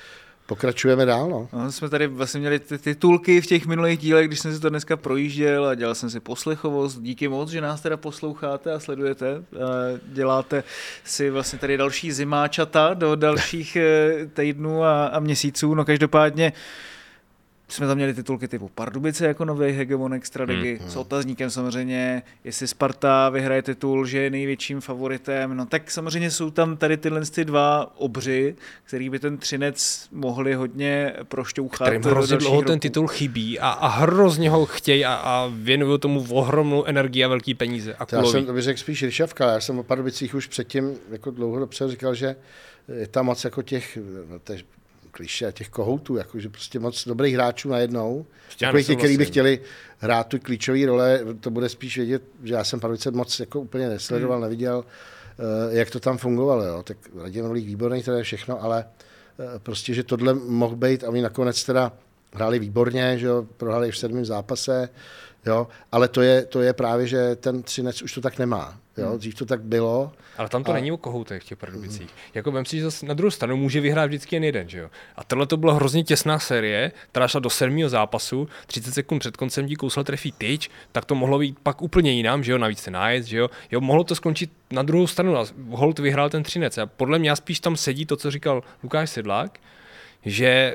J: Pokračujeme dál, no.
H: No, jsme tady vlastně měli ty titulky v těch minulých dílech, když jsem si to dneska projížděl a dělal jsem si poslechovost. Díky moc, že nás teda posloucháte a sledujete. A děláte si vlastně tady další zimáčata do dalších týdnů a měsíců. No každopádně jsme tam měli titulky typu Pardubice jako nový hegemon extraligy, s otazníkem samozřejmě, jestli Sparta vyhraje titul, že je největším favoritem, no tak samozřejmě jsou tam tady tyhle dva obři, který by ten Třinec mohli hodně prošťouchat.
I: Kterým hrozně dlouho ten titul chybí a hrozně ho chtějí a věnují tomu ohromnou energii a velký peníze. A
J: já jsem to bych řekl spíš ryšavka, já jsem o Pardubicích už předtím jako dlouho dopředu říkal, že je tam moc jako těch klišé, těch kohoutů, jakože prostě moc dobrých hráčů najednou. Takových těch, kteří by chtěli hrát tu klíčové role, to bude spíš vědět, že já jsem Pardubice moc jako úplně nesledoval, neviděl, jak to tam fungovalo. Jo. Tak Radim Rolík výborný, to je všechno, ale prostě, že tohle mohl být a oni nakonec teda hráli výborně, že jo, prohráli v 7. zápase, jo, ale to je právě, že ten Třinec už to tak nemá. Jo, dřív to tak bylo.
I: Ale tam to není o kohoutech v těch Pardubicích. Jako vem si, že na druhou stranu může vyhrát vždycky jen jeden, že jo. A tohle to byla hrozně těsná série, která šla do 7. zápasu, 30 sekund před koncem ti kousl trefí tyč, tak to mohlo být pak úplně jinam, že jo, navíc ten nájezd, že jo. Jo, mohlo to skončit na druhou stranu a holt vyhrál ten Třinec. A podle mě spíš tam sedí to, co říkal Lukáš Sedlák, že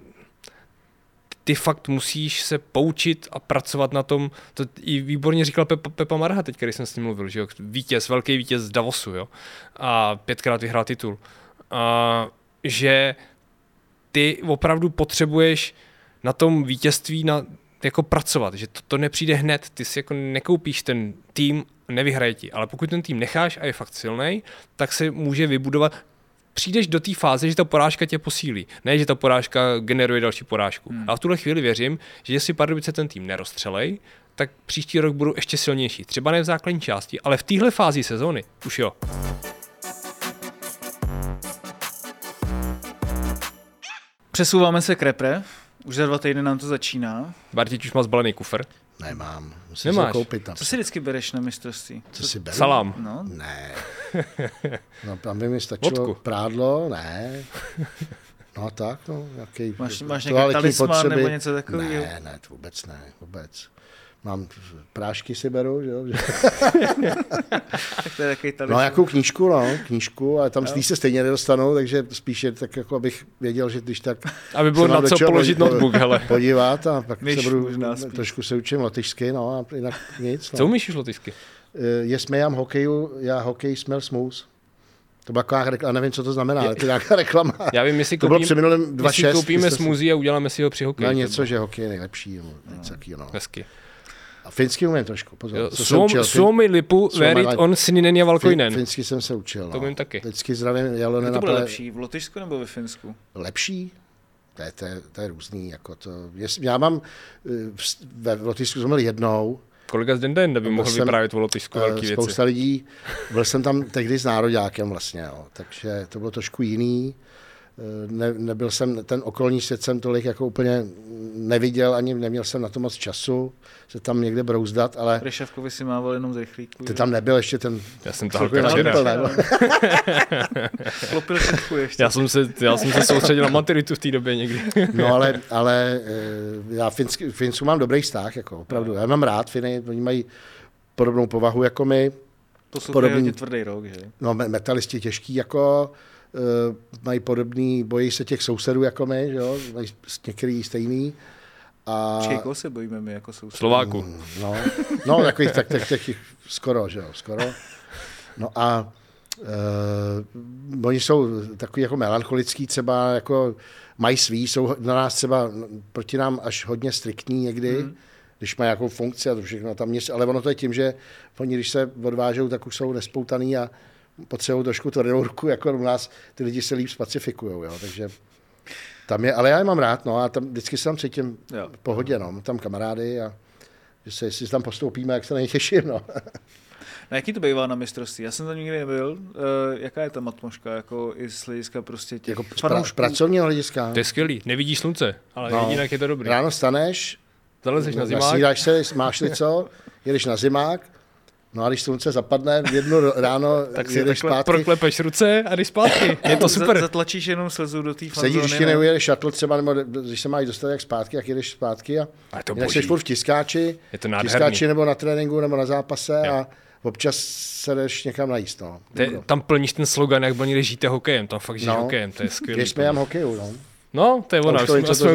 I: ty fakt musíš se poučit a pracovat na tom, to i výborně říkal Pepa Marha teď, když jsem s ním mluvil, že jo, velký vítěz z Davosu, jo, a 5krát vyhrál titul. A že ty opravdu potřebuješ na tom vítězství jako pracovat, že to nepřijde hned, ty si jako nekoupíš ten tým, nevyhraje ti, ale pokud ten tým necháš a je fakt silnej, tak se může vybudovat. Přijdeš do té fáze, že ta porážka tě posílí. Ne, že ta porážka generuje další porážku. A v tuhle chvíli věřím, že jestli Pardubice ten tým nerozstřelej, tak příští rok budou ještě silnější. Třeba ne v základní části, ale v téhle fázi sezóny už jo.
H: Přesouváme se k repre. Už za 2 týdny nám to začíná.
I: Bartič už má zbalený kufr.
J: Nemám. Musím se koupit tam.
H: Co si vždycky bereš na mistrovství?
J: Co si beru?
I: Salám.
H: No.
J: Ne. No, tam by mi stačilo
I: vodku.
J: Prádlo, ne. No tak, no.
H: Máš nějaký talisman nebo něco takového?
J: Ne, to vůbec ne, vůbec. Mám prášky si beru, že jo.
H: Tak to je takový talisman.
J: No, jakou knížku, ale tam se stejně nedostanou, takže spíše tak, jako abych věděl, že když tak...
I: Aby bylo na co položit notebook, hele.
J: Podívat a pak se budu, trošku se učím lotyšsky, no a jinak nic. No.
I: Co umíš už lotyšsky?
J: Jesmejám hokeju, já hokej smell smooth. To byla taková reklama, nevím, co to znamená, ale to je nějaká reklama.
I: Já vím, jestli koupíme smoothie a uděláme si ho při hokeji.
J: No něco, že hokej je nejlepší. No.
I: Hezky.
J: A finsky umím trošku, pozor.
I: Suomi lipu verit on sininen ja valkoinen.
J: Finsky jsem se učil.
I: To umím taky.
J: Vždycky zdravím Jalonena.
H: Kdo to bylo lepší, v Lotyšsku nebo ve Finsku?
J: Lepší? To je různý. Jako to. Já mám, ve Lotyšsku jsme byli jednou.
I: Kolega z Denden by mohl vyprávět o Lotyšsku velký věci.
J: Spousta lidí, byl jsem tam tehdy s nároďákem vlastně, jo, takže to bylo trošku jiný. Nebyl jsem, ten okolní svět jsem tolik jako úplně neviděl, ani neměl jsem na to moc času se tam někde brouzdat, ale...
H: Ryšavkovi si mával jenom z rychlíku.
J: Ty tam nebyl ještě ten...
I: Já jsem tahal včera.
H: Klopil šetku ještě.
I: Já jsem se soustředil na maturitu v té době někdy.
J: No ale já Finsku mám dobrý vztah, jako opravdu. Já mám rád Finy, oni mají podobnou povahu jako my.
H: To jsou hodně tvrdý rok, že?
J: No, metalisti těžký jako... mají podobný, bojí se těch sousedů jako my, že jo? Mají některý stejný.
H: Čeho se bojíme my jako sousedů?
I: Slováku.
J: No takových tak skoro, že jo, skoro. No a oni jsou takový jako melancholický třeba, jako mají svý, jsou na nás třeba proti nám až hodně striktní někdy, když mají nějakou funkci a to všechno tam něco, ale ono to je tím, že oni, když se odvážou, tak už jsou nespoutaný a potřebují trošku tvrdou ruku, jako u nás ty lidi se líp spacifikujou, jo, takže tam je, ale já je mám rád, no a tam vždycky se tam cítím v pohodě, no, mám tam kamarády a že jestli tam postoupíme, jak se na ně těším, no.
H: Na jaký to bývá na mistrovství? Já jsem tam nikdy nebyl. Jaká je ta atmosféra, jako i z hlediska prostě těch
J: jako pracovního hlediska?
I: To je skvělý, nevidíš slunce, ale jinak je to dobrý.
J: Ráno staneš,
I: zalezeš na zimák,
J: nasídáš se, máš-li co, jedeš na zimák, No a když slunce zapadne v 1 ráno,
I: tak si
J: jedeš zpátky.
I: proklepeš ruce a jdeš zpátky. Je to super.
H: Zatlačíš jenom slzu do té fanzóny.
J: Sedíš, když ti neujede shuttle třeba, nebo když se máš dostat jak zpátky, jak jedeš zpátky a jinak jsi furt v tiskáči, nebo na tréninku, nebo na zápase a občas se jdeš někam najíst. No.
I: Tam plníš ten slogan, jak oni žijete hokejem, tam fakt žiješ hokejem, to je skvělý.
J: Když jsme jam hokeju, no.
I: No, to je ono.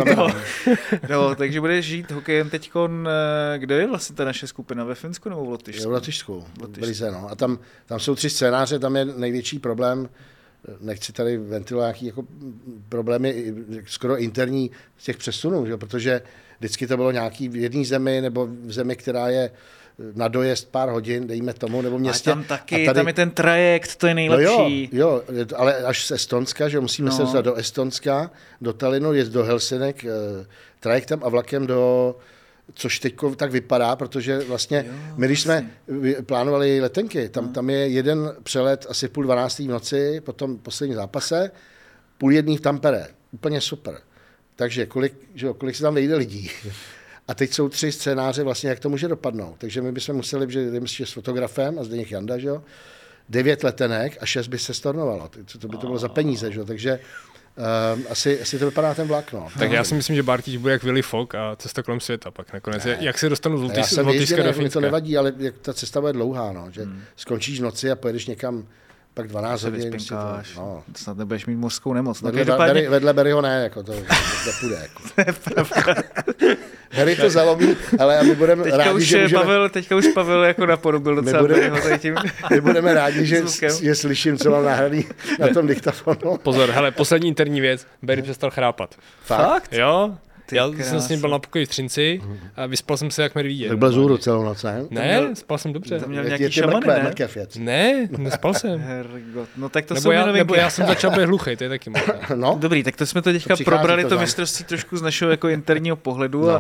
H: No, takže budeš žít hokejem teďkon, kde je vlastně ta naše skupina, ve Finsku nebo v Lotyšsku?
J: V Lotyšsku, Brize, no. A tam jsou 3 scénáře, tam je největší problém, nechci tady ventilovat nějaký jako problémy skoro interní z těch přesunů, že? Protože vždycky to bylo nějaký v jedné zemi nebo v zemi, která je na dojezd pár hodin, dejme tomu, nebo městě.
H: A tam taky, tady... tam je ten trajekt, to je nejlepší.
J: No jo, ale až z Estonska, že musíme se dostat do Estonska, do Tallinnu, jet do Helsinek trajektem a vlakem do, což teď tak vypadá, protože vlastně my, když jsme plánovali letenky, tam je jeden přelet asi 11:30 v noci, potom poslední zápase, 12:30 v Tampere. Úplně super. Takže kolik se tam vejde lidí. A teď jsou 3 scénáře vlastně, jak to může dopadnout. Takže my bychom museli, že jdeme s fotografem a Zdeněk Janda, že jo, 9 letenek a 6 by se stornovalo. To by to bylo za peníze, že jo. Takže asi to vypadá ten vlak, no.
I: Tak já si myslím, že Bartič bude jak Willy Fogg a cesta kolem světa pak nakonec. Jak se dostanu z Lotyšska do Finska?
J: Mi to nevadí, ale ta cesta bude dlouhá, no, že skončíš v noci a pojedeš někam pak 12 hodin.
H: No. Snad nebudeš mít mořskou nemoc.
J: Vedle Barryho ne, jako to nepůjde. Jako. To je pravda. Harry to zalomí, ale my budeme rádi, že můžeme...
H: Teďka už Pavel jako napodobil docela Barryho tady tím.
J: My budeme rádi, že slyším, co mám nahraný na tom diktafonu.
I: Pozor, hele, poslední interní věc. Barry přestal chrápat.
J: Fakt?
I: Jo. Já jsem s ním byl na pokoji v Třinci a vyspal jsem se jak medvídě.
J: Tak byl zůru celou noc, ne?
I: Ne, spal jsem dobře.
H: Tam měl nějaký šamany, ne?
I: Ne, nespal jsem.
H: Hergot. No tak to
I: nebo já jsem začal být hluchej, to je taky možné.
J: No.
H: Dobrý, tak to jsme to teďka probrali to mistrovství trošku z našeho jako interního pohledu. No.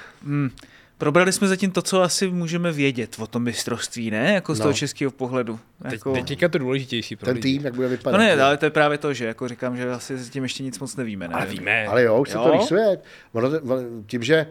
H: Probrali jsme zatím to, co asi můžeme vědět o tom mistrovství, ne? Jako z toho českého pohledu.
I: Teďka to důležitější pro
J: ten tým, jak bude vypadat.
H: No ne, ale to je právě to, že jako říkám, že asi s tím ještě nic moc nevíme. Ne?
I: Ale víme.
J: Ale jo, už se to rýsuje. Tím, že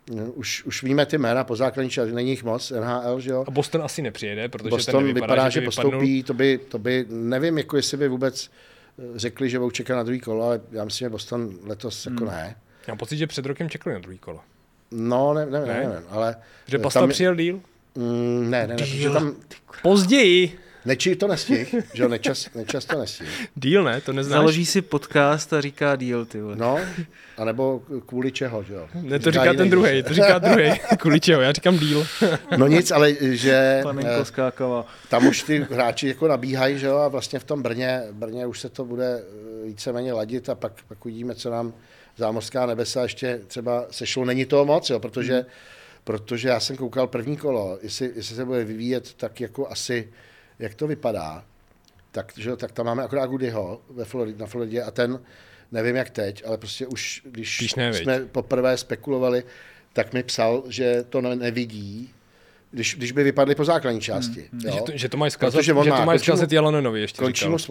J: už víme ty jména po základní části, není jich moc, NHL, že jo.
I: A Boston asi nepřijede, protože
J: Boston ten vypadá, že postoupí, to by, nevím, jako jestli by vůbec řekli, že budou čekat na druhý kolo, ale já myslím, že Boston letos jako ne.
I: Já mám pocit, že před rokem čekali na druhý kolo.
J: No, nevím, ale...
I: Že Pasta přijel díl?
J: Ne, protože tam...
I: Později.
J: Nečí to nestih, že jo, nečas to nestih.
I: Díl ne, to neznáš.
H: Založí si podcast a říká díl, ty vole.
J: No, anebo kvůli čeho, že jo.
I: Ne, to říká ten druhej, kvůli čeho, já říkám díl.
J: No nic, ale že...
H: Panenko skákala.
J: Tam už ty hráči jako nabíhají, že jo, a vlastně v tom Brně už se to bude víceméně ladit a pak uvidíme, co nám zámořská nebesa ještě třeba sešlo. Není toho moc, jo, protože já jsem koukal první kolo, jestli se bude vyvíjet tak jako asi, jak to vypadá, tak tam máme akorát Goodyho na Floridě a ten, nevím jak teď, ale prostě už, když jsme poprvé spekulovali, tak mi psal, že to nevidí, když by vypadli po základní části. Jo?
I: Že to mají zkazat Jalonenovi ještě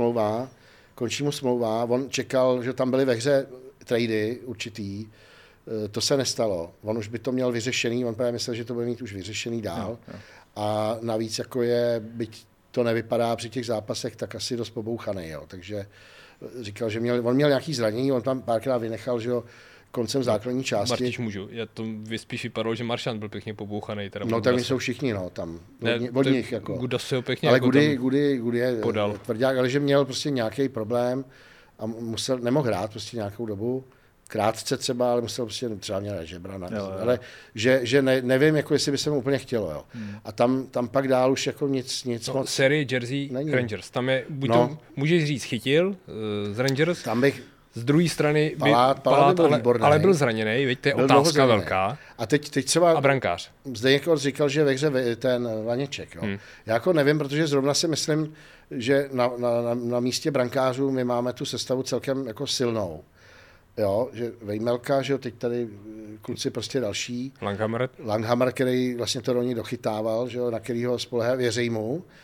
J: končí mu smlouva, on čekal, že tam byly ve hře trady určitý, to se nestalo. On už by to měl vyřešený, on právě myslel, že to bude mít už vyřešený dál. Jo. A navíc jako je, byť to nevypadá při těch zápasech, tak asi dost pobouchaný. Jo. Takže říkal, že on měl nějaký zranění, on tam párkrát vynechal, že jo, koncem základní části.
I: Martič můžu, já to spíš vypadalo, že Maršant byl pěkně pobouchaný.
J: No tak jsou všichni, no, tam, od nich. Jako.
I: Guda se ho pěkně
J: ale
I: jako
J: Gudy je tvrdák, ale že měl prostě nějaký problém a nemohl hrát prostě nějakou dobu. Krátce třeba, ale musel prostě třeba měl žebra. Ale že nevím, jako jestli by se mu úplně chtělo. Jo. A tam pak dál už jako nic moc.
I: Série Jersey není. Rangers, tam je, to můžeš říct, chytil z Rangers,
J: tam bych,
I: z druhé strany
J: Palát byl výborný,
I: ale byl zraněný, veď, to je otázka velká.
J: A teď třeba
I: a brankář.
J: Zdeněk říkal, že ve hře ten Vaněček. Jo. Já jako nevím, protože zrovna si myslím, že na místě brankářů my máme tu sestavu celkem jako silnou. Jo, že Vejmelka, že jo, teď tady kluci prostě další.
I: Langhammer,
J: který vlastně to do ní dochytával, že jo, na kterýho spolehá, věří mu.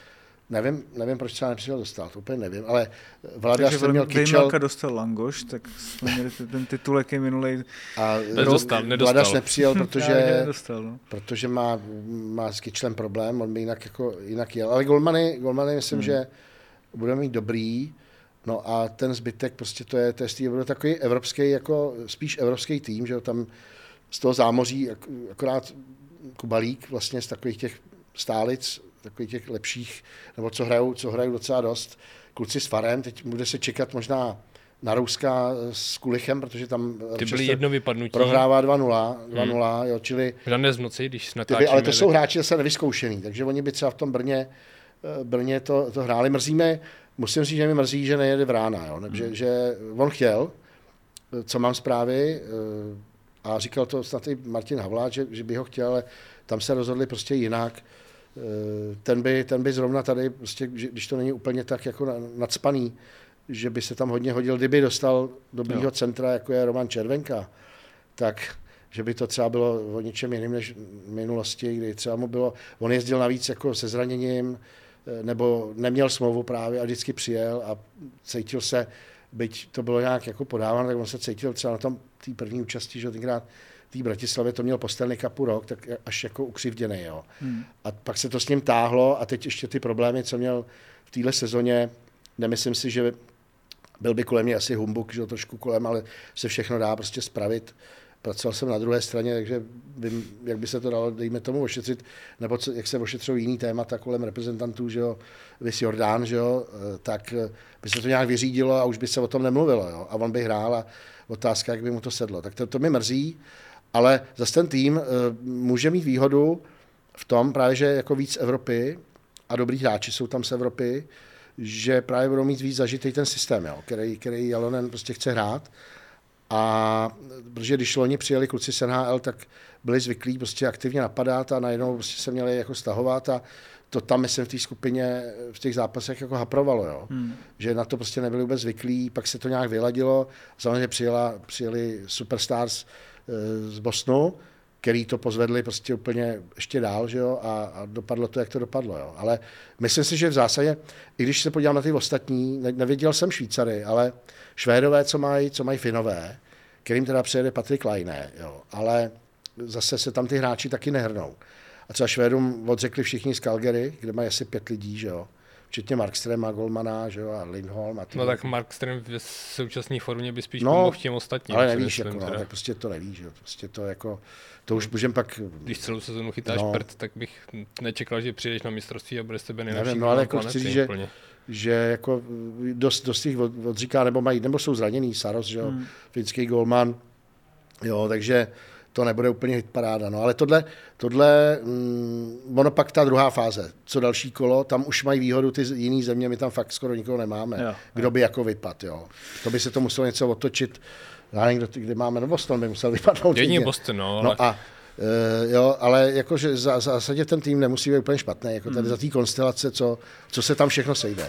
J: Nevím, proč třeba nepřijel dostat, to úplně nevím, ale Vladař
H: takže
J: měl Kyčel.
H: Vejmelka dostal Langoš, tak jsme měli ten titulek je minulej.
J: A
I: nedostal.
J: Vladař nepřijel,
H: nedostal,
J: protože má s Kyčlem problém, on by jinak jel. Ale golmany myslím, že budeme mít dobrý, no a ten zbytek prostě to je bude takový evropský, jako spíš evropský tým, že tam z toho zámoří akorát Kubalík vlastně z takových těch stálic, takových těch lepších, nebo co hrajou docela dost. Kluci s Farem, teď bude se čekat možná na Rouska s Kulichem, protože tam
I: ty byly jedno vypadnutí.
J: Prohrává 2-0, jo, čili...
I: Žádné z noci, když natáčíme.
J: Ale to jsou hráči zase nevyzkoušený, takže oni by třeba v tom Brně to hráli. Musím říct, že mi mrzí, že nejede Vrána, jo, že on chtěl, co mám zprávy, a říkal to snad i Martin Havlát, že by ho chtěl, ale tam se rozhodli prostě jinak. Ten by zrovna tady, prostě, když to není úplně tak jako nacpaný, že by se tam hodně hodil, kdyby dostal dobrýho centra, jako je Roman Červenka, tak že by to třeba bylo o něčem jiným než v minulosti, kdy třeba mu bylo, on jezdil navíc jako se zraněním, nebo neměl smlouvu právě a vždycky přijel a cítil se, byť to bylo nějak jako podáváno, tak on se cítil třeba na tom té první účasti, že tenkrát v té Bratislavě to měl po Stanley Cupu rok, tak až jako ukřivděnej, jo. A pak se to s ním táhlo a teď ještě ty problémy, co měl v téhle sezóně, nemyslím si, že byl by kolem mě asi humbuk, že trošku kolem, ale se všechno dá prostě spravit. Pracoval jsem na druhé straně, takže vím, jak by se to dalo, dejme tomu, ošetřit, nebo jak se ošetřují jiný témata kolem reprezentantů, že jo, Vys Jordán, že jo, tak by se to nějak vyřídilo a už by se o tom nemluvilo, jo, a on by hrál a otázka, jak by mu to sedlo. Tak to mi mrzí, ale zase ten tým může mít výhodu v tom právě, že jako víc Evropy a dobrý hráči jsou tam z Evropy, že právě budou mít víc zažitý ten systém, jo, který Jalonen prostě chce hrát. A protože když loni přijeli kluci z NHL, tak byli zvyklí prostě aktivně napadat a najednou prostě se měli jako stahovat a to tam, myslím, v té skupině, v těch zápasech jako haprovalo, jo. Že na to prostě nebyli vůbec zvyklí, pak se to nějak vyladilo. Samozřejmě přijeli Superstars z Bostonu, který to pozvedli prostě úplně ještě dál, že jo, a dopadlo to, jak to dopadlo, jo. Ale myslím si, že v zásadě, i když se podívám na ty ostatní, nevěděl jsem Švýcary, ale Švédové, co mají Finové, kterým teda přijede Patrik Laine, jo, ale zase se tam ty hráči taky nehrnou. A třeba Švédům odřekli všichni z Calgary, kde mají asi 5 lidí, že jo, včetně Markstrema, Golmana, že jo, a Lindholm.
I: No tak Markstrem v současné formě by spíš pomohl těm ostatním.
J: Ale nevíš, jako, tak prostě to nevíš, jo, prostě to jako, to už můžem pak...
I: Když celou sezonu chytáš prd, tak bych nečekal, že přijdeš na mistrovství a bude z tebe nejlepší.
J: Nevím, no ale jako chci říct, že jako dost jich odříká, nebo jsou zraněný, Saros, že jo, finský golman, jo, takže to nebude úplně hitparáda, no, ale tohle, ono pak ta druhá fáze, co další kolo, tam už mají výhodu ty jiný země, my tam fakt skoro nikoho nemáme, jo, kdo by jako vypad, jo, to by se to muselo něco otočit, já nevím, kde máme, no Boston by musel vypadnout.
I: Jedině Boston, no, ale...
J: No a jo, ale jakože v zásadě ten tým nemusí být úplně špatný, jako tady za té konstelace, co se tam všechno sejde.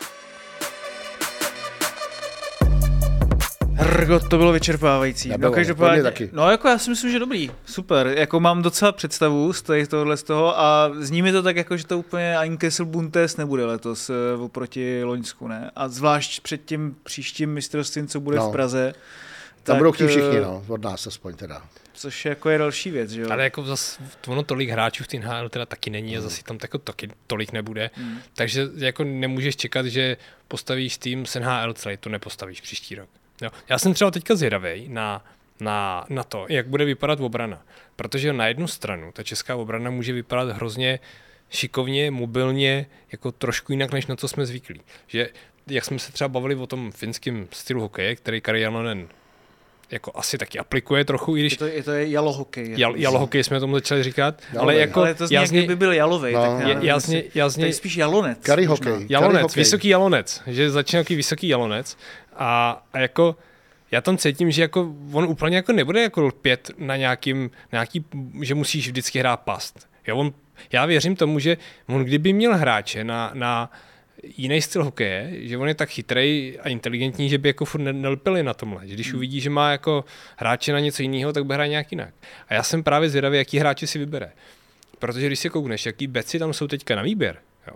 H: Hrgot, to bylo vyčerpávající.
J: No každopádně taky.
H: No jako já si myslím, že dobrý, super. Jako mám docela představu z toho a zní mi to tak jako, že to úplně ani Kessel Buntes nebude letos oproti Loňsku, ne? A zvlášť před tím příštím mistrovstvím, co bude v Praze.
J: Tam budou chtít všichni, no, od nás aspoň teda.
H: Což jako je další věc, že jo?
I: Ale jako zase ono tolik hráčů v NHL teda taky není a zase tam taky tolik nebude. Takže jako nemůžeš čekat, že postavíš tým z NHL celý, to nepostavíš příští rok. Jo. Já jsem třeba teďka zvědavej na to, jak bude vypadat obrana. Protože na jednu stranu ta česká obrana může vypadat hrozně šikovně, mobilně, jako trošku jinak, než na co jsme zvyklí. Že jak jsme se třeba bavili o tom finském stylu hokeje, který Kari Jalonen jako asi taky aplikuje trochu, i když...
H: Je to jalohokej.
I: Jalohokej jsme tomu začali říkat,
H: ale jako... Ale to zní, jak by byl jalovej,
I: no,
H: tak
I: jasně,
H: to je spíš jalonec.
J: Kari hokej.
I: Jalonec, vysoký jalonec, že začíná takový vysoký jalonec a jako já tam cítím, že jako on úplně jako nebude jako lpět na nějaký, že musíš vždycky hrát past. Jo, já věřím tomu, že on kdyby měl hráče na jiný styl hokeje, že on je tak chytrej a inteligentní, že by jako furt nelpili na tomhle. Že když uvidí, že má jako hráče na něco jiného, tak by hrál nějak jinak. A já jsem právě zvědavý, jaký hráče si vybere. Protože když si koukneš, jaký beci tam jsou teďka na výběr, jo,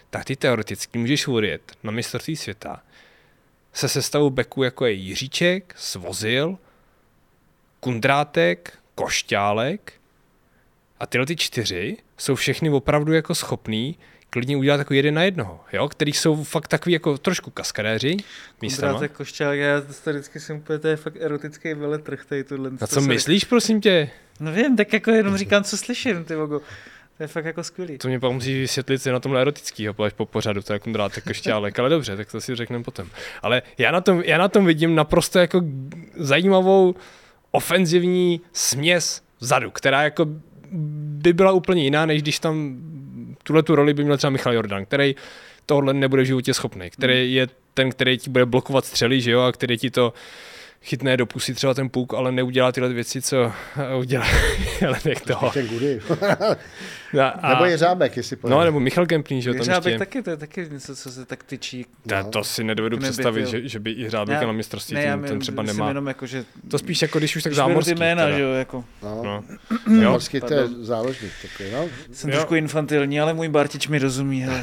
I: tak ty teoreticky můžeš odjet na mistrovství světa se sestavou backů, jako je Jiříček, Svozil, Kundrátek, Košťálek a tyhle ty 4 jsou všechny opravdu jako schopný klidně udělat jako 1 na 1, jo? Který jsou fakt takový jako trošku kaskadéři.
H: Kundrátek, Košťálek, já to vždycky jsem úplně, to je fakt erotický veletrh tady tohle.
I: Na co myslíš, prosím tě?
H: No vím, tak jako jenom říkám, co slyším, ty vogo. To je fakt jako skvělý.
I: To mě pak musí vysvětlit, co je na tomhle erotickýho, po pořadu, to je Kundrátek, Košťálek, ale dobře, tak to si řekneme potom. Ale já na tom vidím naprosto jako zajímavou ofenzivní směs vzadu, která jako by byla úplně jiná, než když tam tuhletu roli by měl třeba Michal Jordan, který tohle nebude v životě schopný, který je ten, který ti bude blokovat střely, že jo, a který ti to chytne do pusy třeba ten puk, ale neudělá tyhle věci, co udělá Jelenek toho.
J: Nebo Jeřábek, jestli pojde.
I: No, nebo Michal Kemplín, že jo, tam
H: Jeřábek taky, to je taky něco, co se tak tyčí.
I: To si nedovedu představit, že by Jeřábek na mistrovství ten třeba nemá.
H: Jenom jako, že
I: to spíš jako, když už tak zámořský.
H: Jména, že jo, jako.
J: No. Zámořský, to je záložník takový, no.
H: Jsem trošku infantilní, ale můj Bartič mi rozumí, hele.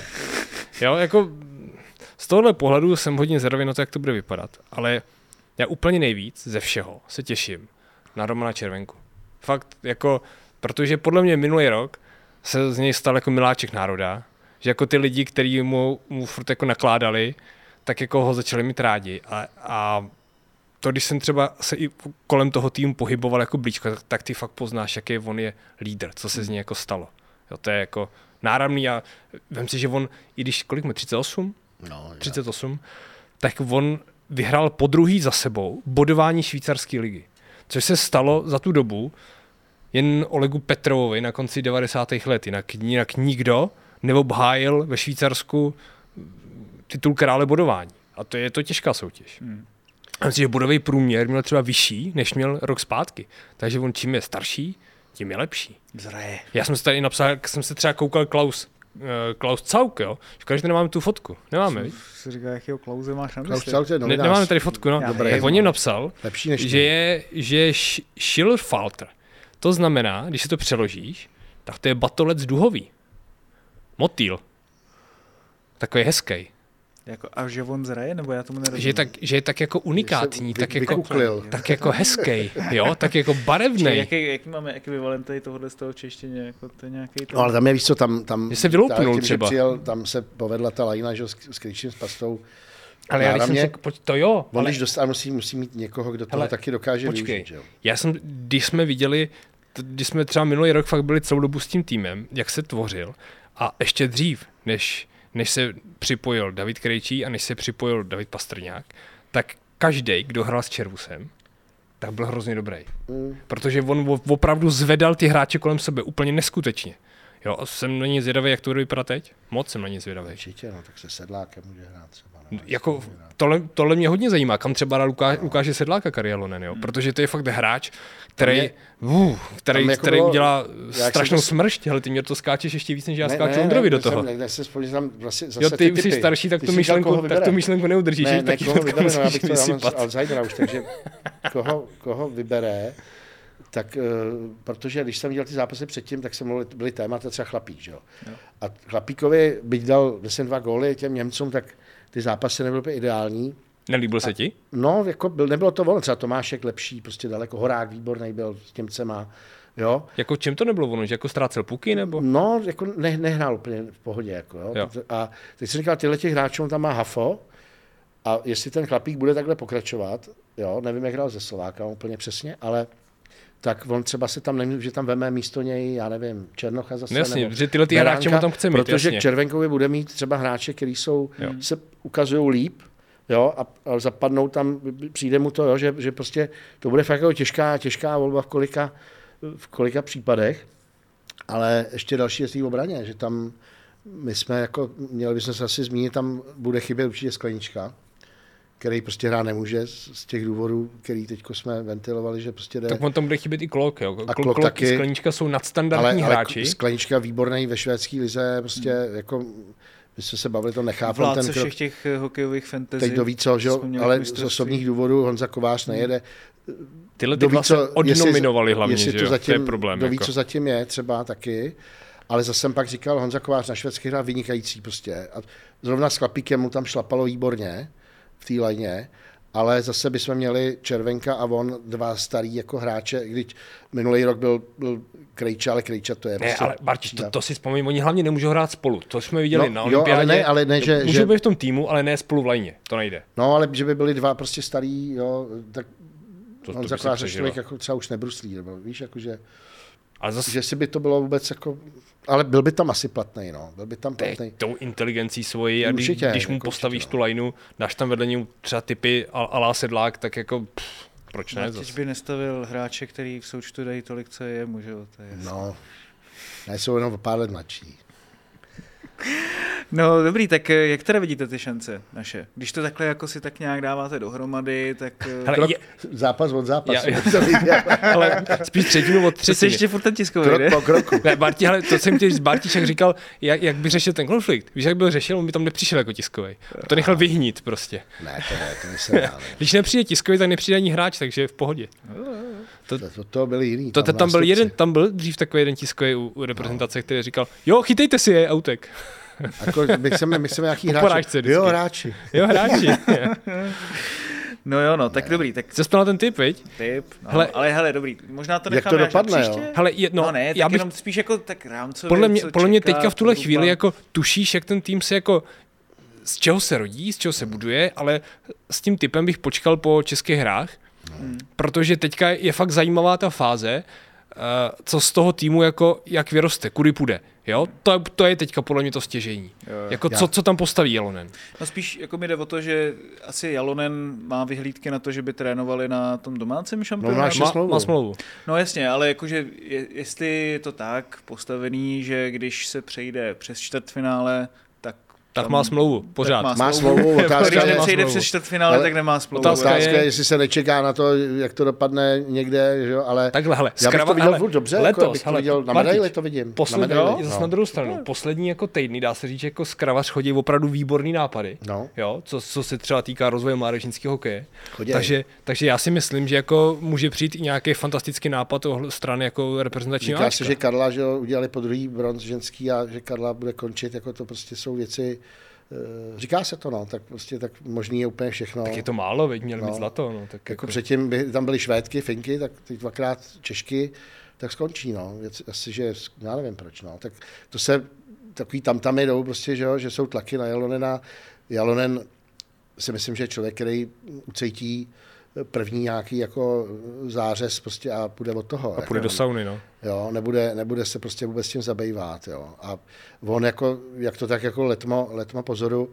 I: Jo, jako z tohohle pohledu jsem hodně zvědavý na to, jak to bude vypadat, ale já úplně nejvíc ze všeho se těším na Romana Červenku. Fakt, jako, protože podle mě minulý rok se z něj stal jako miláček národa, že jako ty lidi, kteří mu furt jako nakládali, tak jako ho začali mít rádi. A to, když jsem třeba se i kolem toho týmu pohyboval jako blízko, tak ty fakt poznáš, jaký on je lídr, co se z něj jako stalo. Jo, to je jako náramný a vem si, že on, i když, kolik mu, 38?
J: No,
I: 38, tak on vyhrál podruhý za sebou bodování švýcarské ligy. Což se stalo za tu dobu jen Olegu Petrovovi na konci 90. let. Jinak nikdo neobhájil ve Švýcarsku titul krále bodování. A to je to těžká soutěž. A myslím, že bodový průměr měl třeba vyšší, než měl rok zpátky. Takže on čím je starší, tím je lepší.
H: Zraje.
I: Já jsem si tady napsal, jak jsem se třeba koukal Klaus Cauk, jo? Říkal, že nemáme tu fotku. Nemáme, víš?
H: Si říká, jakýho Klause máš na mysli?
I: Nemáme tady fotku, no. Jak on něm napsal, že je Schillerfalter. To znamená, když si to přeložíš, tak to je batolec duhový. Motýl. Takový hezký.
H: Jako, a že on zraje, nebo já tomu nerozumím?
I: Že je tak jako unikátní, tak jako hezký, jo, tak jako barevný.
H: Jaký máme ekvivalenty tohohle z toho češtině, jako to nějaký to...
J: No, ale tam je, víš co, tam
I: že se vyloupnul třeba.
J: Tam se povedla ta lajna, že s Kryčím, s Pastou.
I: Ale já jsem řekl, to jo.
J: On když dostane, musí mít někoho, kdo toho taky dokáže využít, jo.
I: Když jsme viděli, když jsme třeba minulý rok fakt byli celou dobu s tím týmem, jak se tvořil, a ještě dřív, než se připojil David Krejčí a než se připojil David Pastrňák, tak každý, kdo hrál s Červusem, tak byl hrozně dobrý. Protože on opravdu zvedal ty hráče kolem sebe úplně neskutečně. Jo, jsem na ní zvědavý, jak to bude vypadat teď? Moc jsem na ní zvědavý.
J: Určitě, no, tak se Sedlákem může hrát třeba.
I: No, jako, tohle mě hodně zajímá, kam třeba dá Lukáše Sedláka Karialonen, jo? Protože to je fakt hráč, který udělá strašnou smršť, hele, ty mě to skáčeš ještě víc, než já skáču Ondrovi do toho. Jo, ty jsi starší, tak tu myšlenku neudržíš.
J: Ne, koho vybere, já bych to dal Alzheimera už, takže koho vybere, tak protože když jsem dělal ty zápasy předtím, tak jsem byli témata třeba Chlapík, že jo. A Chlapíkovi, byť dal 2 góly těm Němcům, tak ty zápasy nebyly ideální.
I: Nelíbil se ti?
J: No, jako nebylo to ono, třeba Tomášek lepší, prostě daleko, Horák výborný byl s Němcema, jo.
I: Jako čím to nebylo ono, že jako ztrácel puky, nebo?
J: No, jako nehrál úplně v pohodě, jako jo. A teď jsem říkal, těchto hráčů tam má Hafo, a jestli ten Chlapík bude takhle pokračovat, jo, nevím, jak hrál ze Slováka úplně přesně, ale tak on třeba se tam nemůže, že tam veme místo něj, já nevím, Černocha zase.
I: Jasně, že tyhle ty hráče mu tam chce mít,
J: protože
I: jasně.
J: k Červenkovi bude mít třeba hráče, kteří se ukazují líp, jo, a zapadnou tam, přijde mu to, jo, že prostě to bude fakt jako těžká volba v kolika případech, ale ještě další je z té obraně, že tam my jsme jako, měli bychom se asi zmínit, tam bude chybět určitě Sklenička, který prostě hrát nemůže z těch důvodů, který teďko jsme ventilovali, že prostě jde.
I: Tak on tam bude chybět i Klok, jo.
J: A Klok taky.
I: Sklenička jsou nadstandardní hráči.
J: Ale Sklenička výborný ve švédské lize, prostě jako my jsme se bavili, to nechápem
H: vládce
J: ten krok.
H: Všech těch hokejových fantasy.
J: Teď doví co, že jo, ale z osobních důvodů Honza Kovář nejede.
I: Tyhle ty vlastně odnominovali hlavně, že jo, to je problém.
J: Doví, co zatím je třeba taky. ale zase jsem pak říkal, Honza Kovář na švédských hrál vynikající prostě. A zrovna s Chlapíkem mu tam šlapalo výborně v té lajně, ale zase bychom měli Červenka a on 2 starý jako hráče, když minulý rok byl Krejča, ale Krejča to je
I: ne, ale Bartiš, to si vzpomínám, oni hlavně nemůžou hrát spolu, to jsme viděli na olympiádě.
J: Ale ne, že...
I: Můžou být v tom týmu, ale ne spolu v lajně, to nejde.
J: No, ale že by byli 2 prostě starý, jo, tak on zaklář člověk jako třeba už nebruslí, nebo víš, jakože... Ale zase... Že si by to bylo vůbec jako... Ale byl by tam asi platnej, no. Byl by tam platnej.
I: Tou inteligencí svojí a když mu postavíš tu lineu, dáš tam vedle něj třeba typy alá Sedlák, tak jako proč ne?
H: Teď by nestavil hráče, který v součtu dají tolik, co je mu, že jo?
J: No, nejsou jenom o pár let mladší.
H: No dobrý, tak jak teda vidíte ty šance naše? Když to takhle jako si tak nějak dáváte dohromady, tak...
J: Zápas od zápasu.
I: Ale spíš třetinu od třetiny.
H: To si ještě furt ten tiskový, ne?
J: Krok po kroku.
I: Ne, Barti, ale to jsem tě Bartišek říkal, jak by řešil ten konflikt. Víš, jak byl řešil, on by tam nepřišel jako tiskový. To nechal vyhnít prostě.
J: Ne, to nejsem já.
I: Když nepřijde tiskový, tak nepřijde ani hráč, takže je v pohodě.
J: To byl jiný.
I: Tam byl dřív takový jeden tiskový u reprezentace, který říkal, jo, chytejte si je, autek.
J: Jako my chceme nějaký hráči. Jo, hráči.
H: No jo, no, tak dobrý. Tak...
I: Jsi na ten tip, viď?
H: Tip, no, hele, ale hele, dobrý, možná to necháme
J: jak to dopadne,
H: až na příště?
J: Hele,
H: no ne, tak jenom spíš jako tak rámcově,
I: podle mě teďka v tuhle chvíli jako tušíš, jak ten tým se jako z čeho se rodí, z čeho se buduje, ale s tím tipem bych počkal po českých hrách, protože teďka je fakt zajímavá ta fáze, co z toho týmu jako jak vyroste, kudy půjde. Jo? To je teďka podle mě to stěžení. Jako co tam postaví Jalonen?
H: No spíš jako mi jde o to, že asi Jalonen má vyhlídky na to, že by trénovali na tom domácím šampionátu.
I: Má smlouvu.
H: No jasně, ale jakože jestli je to tak postavený, že když se přejde přes čtvrtfinále,
I: tak má smlouvu, pořád.
J: Má smlouvu,
H: když nepřejde přes čtvrtfinále, tak nemá smlouvu.
J: Otázka je, jestli se nečeká na to, jak to dopadne někde, že? Ale
I: takhle, hele,
J: já bych to viděl furt dobře,
I: letos,
J: jako, viděl, na medaili to vidím.
I: Na druhou stranu, poslední jako týdny, dá se říct, jako z Kravař chodí opravdu výborný nápady, jo? Co se třeba týká rozvoje mládežnického hokeje. Takže já si myslím, že jako může přijít i nějaký fantastický nápad o strany jako reprezentačního.
J: Říká se, že Karla, že udělali po druhý bronz ženský a že Karla bude končit, jako to prostě jsou věci. Říká se to, no, tak prostě tak možný je úplně všechno.
I: Tak je to málo, veď měli mít zlato. No, tak
J: jako předtím tam byly Švédky, Finky, tak teď 2krát Češky, tak skončí, no. Asi, že já nevím proč, no. Tak to se takový tam jdou prostě, že jsou tlaky na Jalonena. Jalonen si myslím, že je člověk, který ucítí první nějaký jako zářez prostě a půjde od toho.
I: A půjde do sauny, no.
J: Jo, nebude se prostě vůbec tím zabývat, jo. A on jako, jak to tak jako letmo pozoru,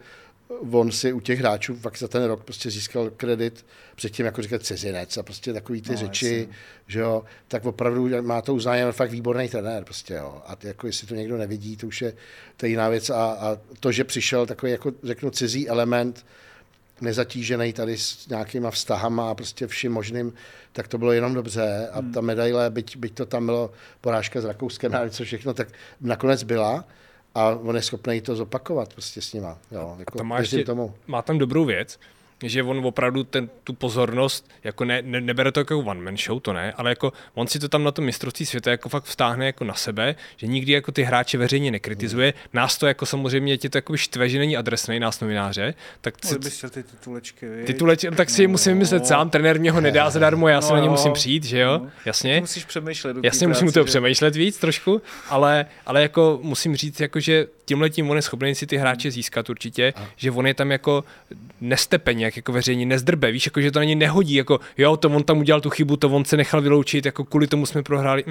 J: on si u těch hráčů fakt za ten rok prostě získal kredit předtím, jako říkat cizinec a prostě takový ty řeči, že jo, tak opravdu má to uznání, fakt výborný trenér prostě, jo. A jako jestli to někdo nevidí, to už je to jiná věc a to, že přišel takový, jako řeknu, cizí element, nezatížený tady s nějakýma vztahama a prostě vším možným, tak to bylo jenom dobře a ta medaile, byť to tam bylo porážka s Rakouskem a co všechno, tak nakonec byla a on je schopný to zopakovat prostě s nima. Jo, jako
I: to má tam dobrou věc, že on opravdu tu pozornost, jako nebere to jako one man show, to ne, ale jako on si to tam na tom mistrovství světa jako fakt vstáhne jako na sebe, že nikdy jako ty hráče veřejně nekritizuje, nás to jako samozřejmě tě to jako štve, že není adresnej, nás novináře, tak
H: bys ty
I: titulečky, tak si musím myslet sám, trenér mě ho nedá zadarmo, já se na ně musím přijít, že jo, jasně.
H: Ty musíš přemýšlet.
I: Jasně, musím to přemýšlet víc trošku, ale jako musím říct, jako, že tímhletím on je schopný si ty hráče získat určitě, že on je tam jako nestepeně, jako veřejně nezdrbe, víš, jako, že to na ně nehodí, jako jo, to on tam udělal tu chybu, to on se nechal vyloučit, jako kvůli tomu jsme prohráli,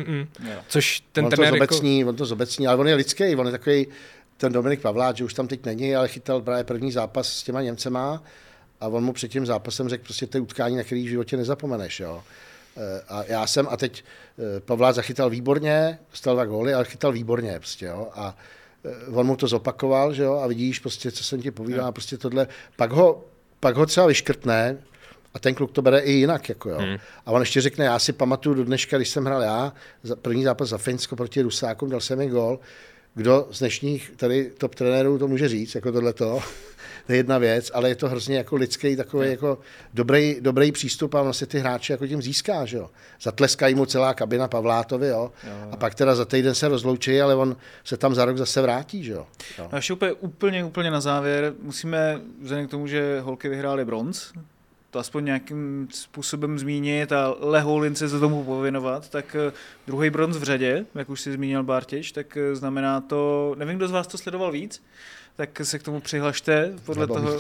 I: což ten trenér
J: on to zobecní, ale on je lidský, on je takový, ten Dominik Pavláč, že už tam teď není, ale chytal právě první zápas s těma Němcema a on mu před tím zápasem řekl prostě ty utkání, na který v životě nezapomeneš, jo. A teď Pavláč zachytal výborně, dostal 2 góly, ale chytal výborně prostě, jo, a on mu to zopakoval, že jo, a vidíš prostě, co jsem ti povídal, a prostě tohle, pak ho třeba vyškrtne a ten kluk to bere i jinak, jako jo. A on ještě řekne, já si pamatuju do dneška, když jsem hrál první zápas za Finsko proti Rusákům, dal jsem jim gól, kdo z dnešních tady top trenérů to může říct, jako tohleto. To je jedna věc, ale je to hrozně jako lidský takový jako dobrý přístup a vlastně ty hráči jako tím získá, že jo. Zatleskají mu celá kabina Pavlátovi, jo. A pak teda za týden se rozloučí, ale on se tam za rok zase vrátí, že jo.
H: A ještě úplně na závěr musíme, vzhledem k tomu, že holky vyhrály bronz, to aspoň nějakým způsobem zmínit a lehoulince se tomu pověnovat, tak druhý bronz v řadě, jak už si zmínil Bartič, tak znamená to, nevím, kdo z vás to sledoval víc, tak se k tomu přihlašte podle toho.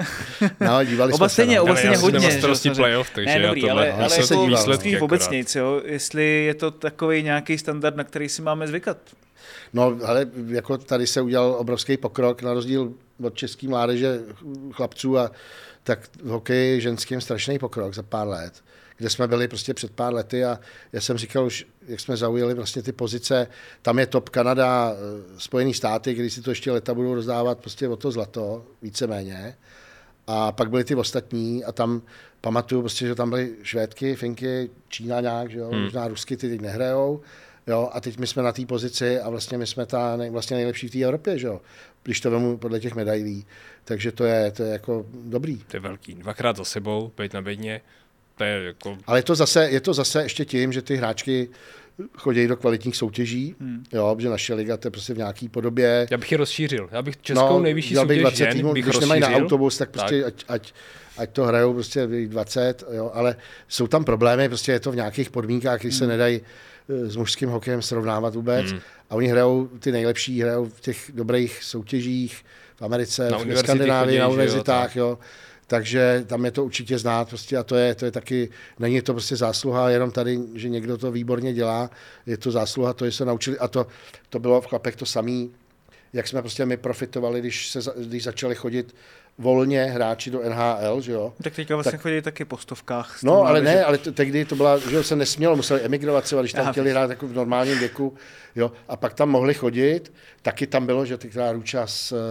J: No, dívali
H: jsme se. Oba stejně hodně.
I: Starostí playoff, takže
H: ne, dobrý, ale
I: jako výsledky
H: obecně, jo? Jestli je to takový nějaký standard, na který si máme zvykat.
J: No, ale jako tady se udělal obrovský pokrok, na rozdíl od české mládeže chlapců a tak v hokeji ženským strašný pokrok za pár let, kde jsme byli prostě před pár lety a já jsem říkal už, jak jsme zaujali vlastně ty pozice, tam je top Kanada, Spojený státy, když si to ještě leta budou rozdávat prostě o to zlato, víceméně. A pak byly ty ostatní a tam pamatuju prostě, že tam byly Švédky, Finky, Čína nějak, že jo, možná Rusky, ty teď nehrajou. Jo, a teď my jsme na té pozici a vlastně my jsme vlastně nejlepší v té Evropě, že jo, když to vemu podle těch medailí. Takže to je jako dobrý.
I: To je velký. 2krát za sebou, být na bedně, to je jako...
J: Ale je to zase ještě tím, že ty hráčky chodí do kvalitních soutěží, jo, protože naše liga to je prostě v nějaký podobě.
I: Já bych je rozšířil. Já bych českou nejvyšší soutěž
J: 20
I: žen bych
J: když nemají na autobus, tak prostě ať to hrajou prostě 20, jo, ale jsou tam problémy, prostě je to v nějakých podmínkách, když se nedají s mužským hokejem srovnávat vůbec. A oni hrajou, ty nejlepší hrajou v těch dobrých soutěžích v Americe, v Skandinávii, na univerzitách, jo. Takže tam je to určitě znát prostě a to je taky, není to prostě zásluha jenom tady, že někdo to výborně dělá, je to zásluha, to, že se naučili a to bylo v chlapech to samý, jak jsme prostě my profitovali, když začali chodit volně hráči do NHL, že jo.
H: Tak teďka vlastně chodí taky po stovkách.
J: No, ale ne, ale tehdy to byla, že se nesmělo, museli emigrovat třeba, když tam chtěli hrát jako v normálním věku, jo, a pak tam mohli chodit, taky tam bylo, že tenkrát Ruča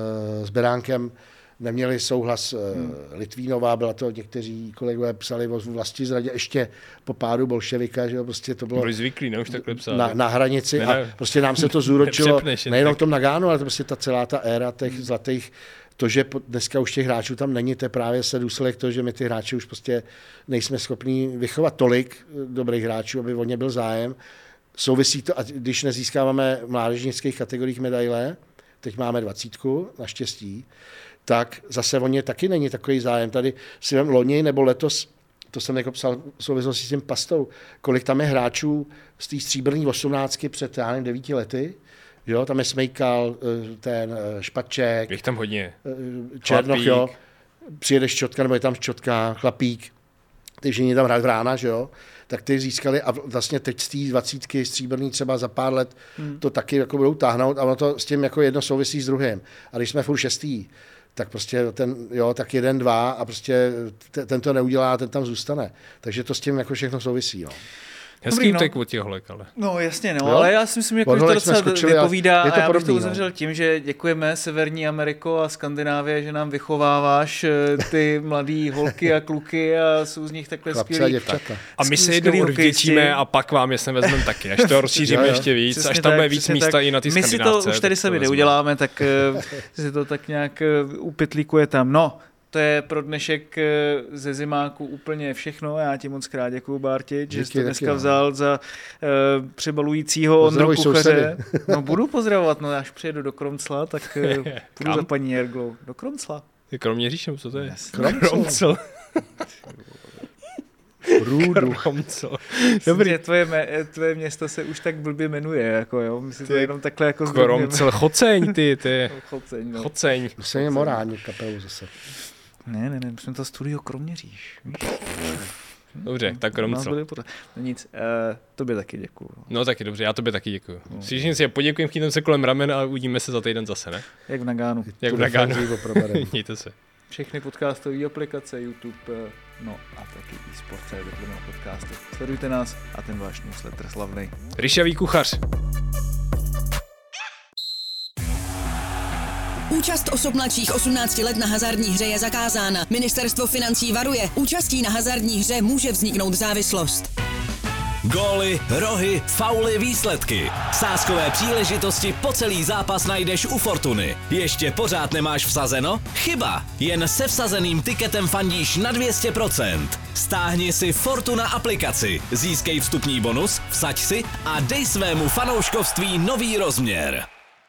J: s Beránkem neměli souhlas Litvínová, byla to, někteří kolegové psali o vlastizradě ještě po pádu bolševika, že jo, prostě to bylo
I: byli zvyklí, ne, už takhle psali.
J: Na hranici a prostě nám se to zúročilo, nejenom v tom Nagánu, ale to prostě celá ta éra těch zlatých. To, že dneska už těch hráčů tam není, to je právě se důsledek toho, že my ty hráči už prostě nejsme schopní vychovat tolik dobrých hráčů, aby o ně byl zájem. Souvisí to, a když nezískáváme v mládežnických kategoriích medaile, teď máme 20, naštěstí, tak zase o ně taky není takový zájem. Tady si vem loni nebo letos, to jsem jako psal v souvislosti s tím Pastou, kolik tam je hráčů z té stříbrné 18 před 9 lety, jo, tam je Smejkal, ten Špaček,
I: je tam hodně.
J: Černoch, jo, přijede Ščotka, nebo je tam Ščotka, Chlapík, ty všichni tam hrají rána, že jo, tak ty získali a vlastně teď z té 20 stříbrný třeba za pár let to taky jako budou táhnout a ono to s tím jako jedno souvisí s druhým. A když jsme furt 6. tak prostě tak 1, 2 a prostě ten to neudělá, ten tam zůstane. Takže to s tím jako všechno souvisí, no.
I: Hezký utek od těch holek, ale.
H: No jasně, no, ale já si myslím, že to docela vypovídá a já bych to uzavřel tím, že děkujeme Severní Ameriko a Skandinávie, že nám vychováváš ty mladý holky a kluky a jsou z nich takhle skvělí.
I: A my se jednou odvděčíme a pak vám je sem vezmeme taky, až to rozšíříme ještě víc, přesně až tam bude víc místa i na ty Skandinávce.
H: My si to už tady sami neuděláme, tak si to tak nějak upytlíkuje tam. No, to je pro dnešek ze zimáku úplně všechno. Já ti moc krát děkuju, Bartič, že jsi to dneska vzal za přebalujícího Ondru Kuchaře. No budu pozdravovat, no až přijedu do Kromcla, tak půjdu za paní Jerglou. Do Kromcla.
I: Ty Kroměříž, co to je?
H: Kromcl.
I: Kromcl.
H: Dobrý. Tvoje město se už tak blbě jmenuje, jako jo. Myslím, to jenom takhle jako
I: Kromcl, Choceň, ty.
H: Choceň, no.
I: Choceň.
J: To je morální kapelu zase.
H: Ne, jsme to studio Kroměříž.
I: Dobře, tak Kromcl.
H: Nic, tobě taky děkuju.
I: No taky dobře, já tobě taky děkuju. Slyším si, poděkujem, chytám se kolem ramen a uvidíme se za týden zase, ne?
H: Jak v Nagánu.
I: Mějte se.
H: Všechny podcastové aplikace, YouTube, no a taky i Sport.cz podcasty. Sledujte nás a ten váš newsletter slavnej.
I: Ryšavý kuchař.
B: Účast osob mladších 18 let na hazardní hře je zakázána. Ministerstvo financí varuje. Účastí na hazardní hře může vzniknout závislost.
C: Góly, rohy, fauly, výsledky. Sázkové příležitosti po celý zápas najdeš u Fortuny. Ještě pořád nemáš vsazeno? Chyba! Jen se vsazeným tiketem fandíš na 200%. Stáhni si Fortuna aplikaci, získej vstupní bonus, vsaď si a dej svému fanouškovství nový rozměr.